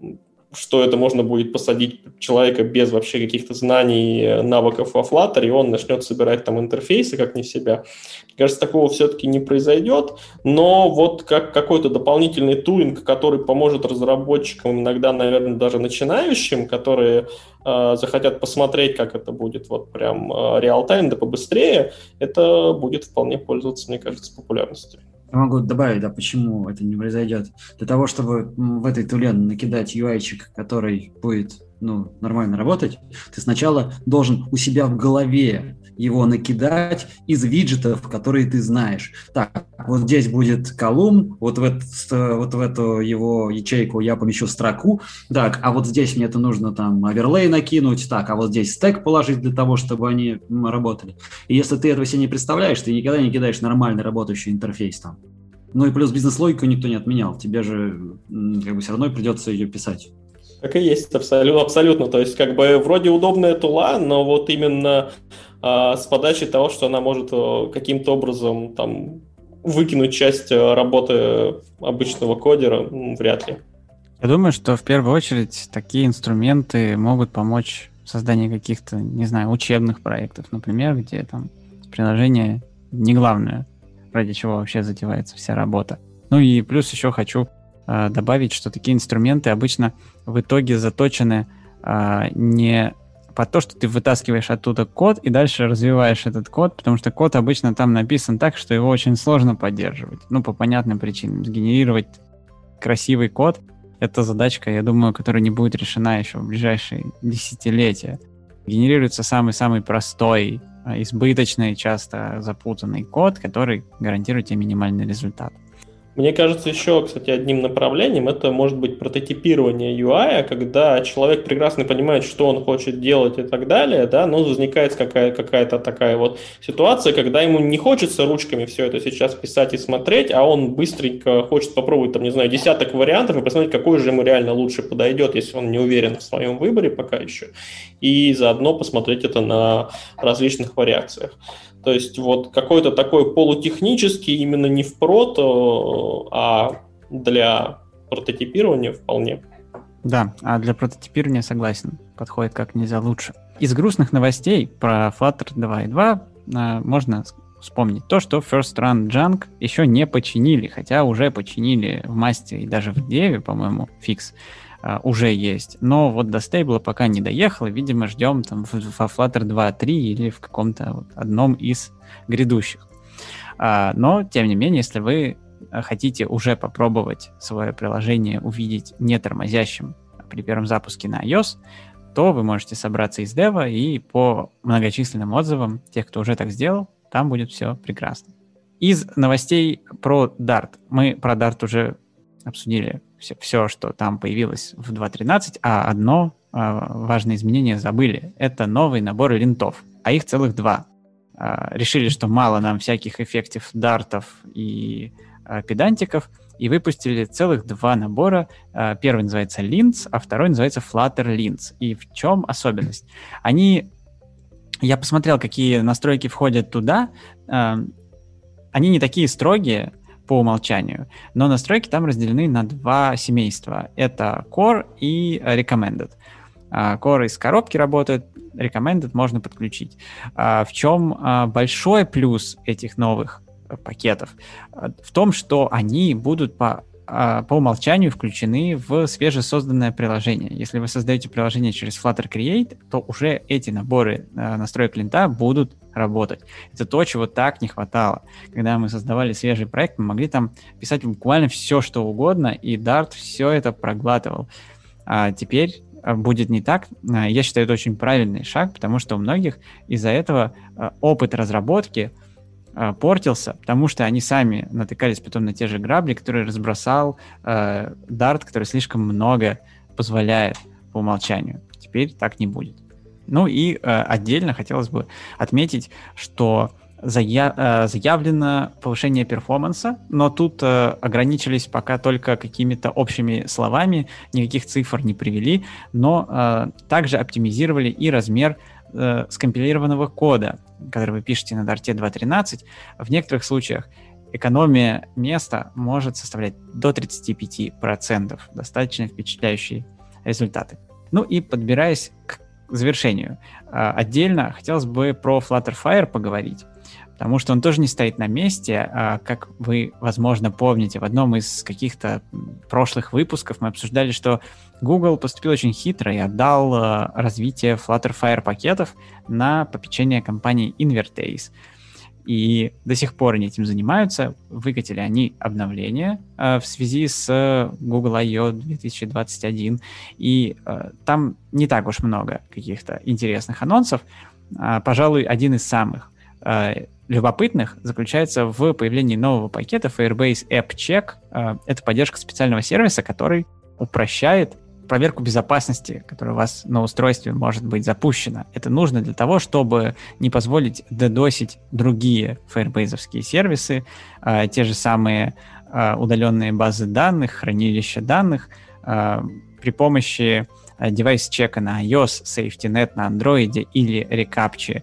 что это можно будет посадить человека без вообще каких-то знаний, навыков во Flutter, и он начнет собирать там интерфейсы как не в себя. Мне кажется, такого все-таки не произойдет, но вот как какой-то дополнительный тулинг, который поможет разработчикам, иногда, наверное, даже начинающим, которые э, захотят посмотреть, как это будет вот прям э, реал-тайм, да побыстрее, это будет вполне пользоваться, мне кажется, популярностью. Я могу добавить, да, почему это не произойдет. Для того, чтобы в этой туле накидать ю ай-чик, который будет, ну, нормально работать, ты сначала должен у себя в голове его накидать из виджетов, которые ты знаешь. Так, вот здесь будет колумн, вот в, это, вот в эту его ячейку я помещу строку, так, а вот здесь мне это нужно там оверлей накинуть, так, а вот здесь стек положить для того, чтобы они работали. И если ты этого себе не представляешь, ты никогда не кидаешь нормальный работающий интерфейс там. Ну и плюс бизнес-логику никто не отменял, тебе же как бы все равно придется ее писать. Так и есть, абсолютно, абсолютно. То есть, как бы, вроде удобная тула, но вот именно а, с подачи того, что она может а, каким-то образом там выкинуть часть а, работы обычного кодера, м, вряд ли. Я думаю, что в первую очередь такие инструменты могут помочь в создании каких-то, не знаю, учебных проектов, например, где там приложение не главное, ради чего вообще затевается вся работа. Ну и плюс еще хочу э, добавить, что такие инструменты обычно в итоге заточены э, не под то, что ты вытаскиваешь оттуда код и дальше развиваешь этот код, потому что код обычно там написан так, что его очень сложно поддерживать. Ну, по понятным причинам. Сгенерировать красивый код — это задачка, я думаю, которая не будет решена еще в ближайшие десятилетия. Генерируется самый-самый простой, избыточный, часто запутанный код, который гарантирует тебе минимальный результат. Мне кажется, еще, кстати, одним направлением это может быть прототипирование ю ай, когда человек прекрасно понимает, что он хочет делать и так далее, да, но возникает какая- какая-то такая вот ситуация, когда ему не хочется ручками все это сейчас писать и смотреть, а он быстренько хочет попробовать, там, не знаю, десяток вариантов и посмотреть, какой же ему реально лучше подойдет, если он не уверен в своем выборе пока еще, и заодно посмотреть это на различных вариациях. То есть вот какой-то такой полутехнический, именно не в прот, а для прототипирования вполне. Да, а для прототипирования согласен, подходит как нельзя лучше. Из грустных новостей про Flutter два и два а, можно вспомнить то, что First Run Junk еще не починили, хотя уже починили в масте и даже в деве, по-моему, фикс а, уже есть. Но вот до стейбла пока не доехал, и, видимо, ждем там во Flutter два точка три или в каком-то вот одном из грядущих. А, но, тем не менее, если вы хотите уже попробовать свое приложение увидеть не тормозящим при первом запуске на iOS, то вы можете собраться из дева, и по многочисленным отзывам тех, кто уже так сделал, там будет все прекрасно. Из новостей про Dart. Мы про Dart уже обсудили все, все, что там появилось в два точка тринадцать, а одно а, важное изменение забыли. Это новый набор линтов, а их целых два. А, решили, что мало нам всяких эффектов дартов и а, педантиков, и выпустили целых два набора. А, первый называется Lints, а второй называется Flutter Lints. И в чем особенность? Они... Я посмотрел, какие настройки входят туда. А, они не такие строгие по умолчанию, но настройки там разделены на два семейства. Это Core и Recommended. Core из коробки работает, Recommended можно подключить. В чем большой плюс этих новых пакетов? В том, что они будут по, по умолчанию включены в свежесозданное приложение. Если вы создаете приложение через Flutter Create, то уже эти наборы настроек линта будут работать. Это то, чего так не хватало. Когда мы создавали свежий проект, мы могли там писать буквально все, что угодно, и Dart все это проглатывал. А теперь будет не так. Я считаю, это очень правильный шаг, потому что у многих из-за этого опыт разработки портился, потому что они сами натыкались потом на те же грабли, которые разбросал Dart, который слишком много позволяет по умолчанию. Теперь так не будет. Ну и э, отдельно хотелось бы отметить, что зая- э, заявлено повышение перформанса, но тут э, ограничились пока только какими-то общими словами, никаких цифр не привели, но э, также оптимизировали и размер э, скомпилированного кода, который вы пишете на Dart два точка тринадцать. В некоторых случаях экономия места может составлять до тридцать пять процентов. Достаточно впечатляющий результаты. Ну и подбираясь к завершению, отдельно хотелось бы про Flutterfire поговорить, потому что он тоже не стоит на месте. Как вы, возможно, помните, в одном из каких-то прошлых выпусков мы обсуждали, что Google поступил очень хитро и отдал развитие Flutterfire пакетов на попечение компании Invertase. И до сих пор они этим занимаются. Выкатили они обновление э, в связи с Google ай о две тысячи двадцать один. И э, там не так уж много каких-то интересных анонсов. А, пожалуй, один из самых э, любопытных заключается в появлении нового пакета Firebase App Check. Э, это поддержка специального сервиса, который упрощает проверку безопасности, которая у вас на устройстве может быть запущена. Это нужно для того, чтобы не позволить дедосить другие Firebase-овские сервисы, э, те же самые э, удаленные базы данных, хранилища данных. Э, при помощи э, девайс-чека на iOS, SafetyNet на Android или Recaptcha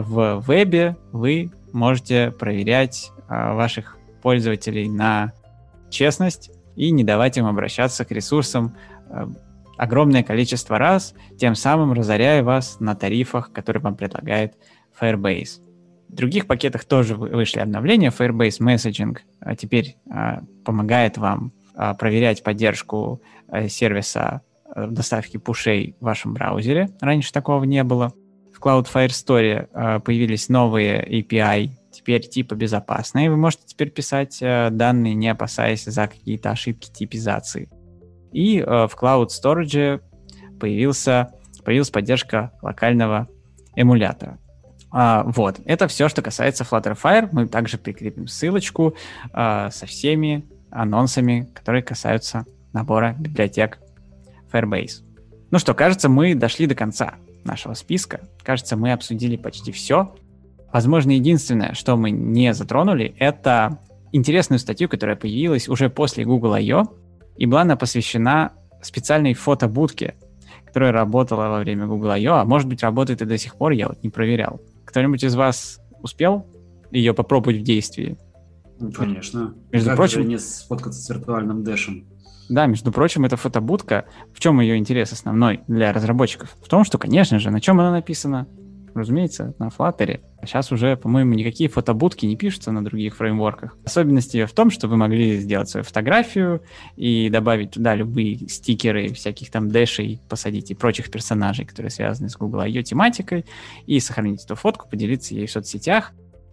в вебе вы можете проверять э, ваших пользователей на честность и не давать им обращаться к ресурсам э, огромное количество раз, тем самым разоряя вас на тарифах, которые вам предлагает Firebase. В других пакетах тоже вышли обновления. Firebase Messaging а, теперь а, помогает вам а, проверять поддержку а, сервиса а, доставки пушей в вашем браузере. Раньше такого не было. В Cloud Firestore а, появились новые эй пи ай, теперь типа безопасные. Вы можете теперь писать а, данные, не опасаясь за какие-то ошибки типизации. И э, в Cloud Storage появился, появилась поддержка локального эмулятора. А, вот, это все, что касается Flutterfire. Мы также прикрепим ссылочку э, со всеми анонсами, которые касаются набора библиотек Firebase. Ну что, кажется, мы дошли до конца нашего списка. Кажется, мы обсудили почти все. Возможно, единственное, что мы не затронули, это интересную статью, которая появилась уже после Google ай о, и была она посвящена специальной фотобудке, которая работала во время Google ай о, а может быть, работает и до сих пор, я вот не проверял. Кто-нибудь из вас успел ее попробовать в действии? Ну, конечно. Между как прочим, же не сфоткаться с виртуальным дэшем? Да, между прочим, эта фотобудка, в чем ее интерес основной для разработчиков? В том, что, конечно же, на чем она написана? Разумеется, на Flutter. Сейчас уже, по-моему, никакие фотобудки не пишутся на других фреймворках. Особенность ее в том, что вы могли сделать свою фотографию и добавить туда любые стикеры, всяких там дэшей, посадить и прочих персонажей, которые связаны с Google ай о тематикой, и сохранить эту фотку, поделиться ей в соцсетях.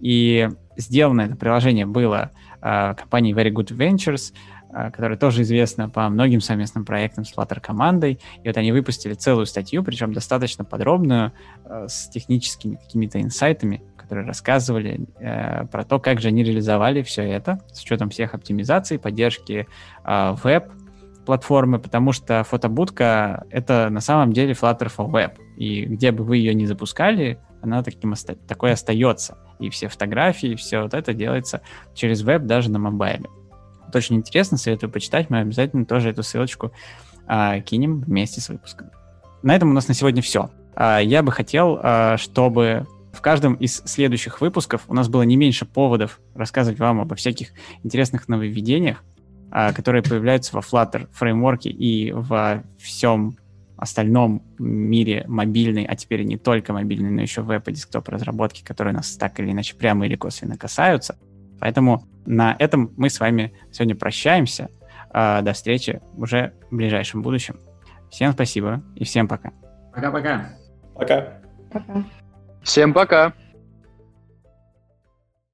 И сделано это приложение было э, компанией Very Good Ventures, э, которая тоже известна по многим совместным проектам с Flutter командой. И вот они выпустили целую статью, причем достаточно подробную, э, с техническими какими-то инсайтами, которые рассказывали э, про то, как же они реализовали все это, с учетом всех оптимизаций, поддержки э, веб-платформы, потому что фотобудка — это на самом деле Flutter for Web. И где бы вы ее ни запускали, она таким оста- такой остается. И все фотографии, все вот это делается через веб даже на мобайле. Это очень интересно, советую почитать. Мы обязательно тоже эту ссылочку а, кинем вместе с выпуском. На этом у нас на сегодня все. А, я бы хотел, а, чтобы в каждом из следующих выпусков у нас было не меньше поводов рассказывать вам обо всяких интересных нововведениях, а, которые появляются во Flutter фреймворке и во всем остальном мире мобильной, а теперь и не только мобильной, но еще веб- и десктоп-разработки, которые нас так или иначе прямо или косвенно касаются. Поэтому на этом мы с вами сегодня прощаемся. До встречи уже в ближайшем будущем. Всем спасибо и всем пока. Пока-пока. Пока. Пока. Всем пока.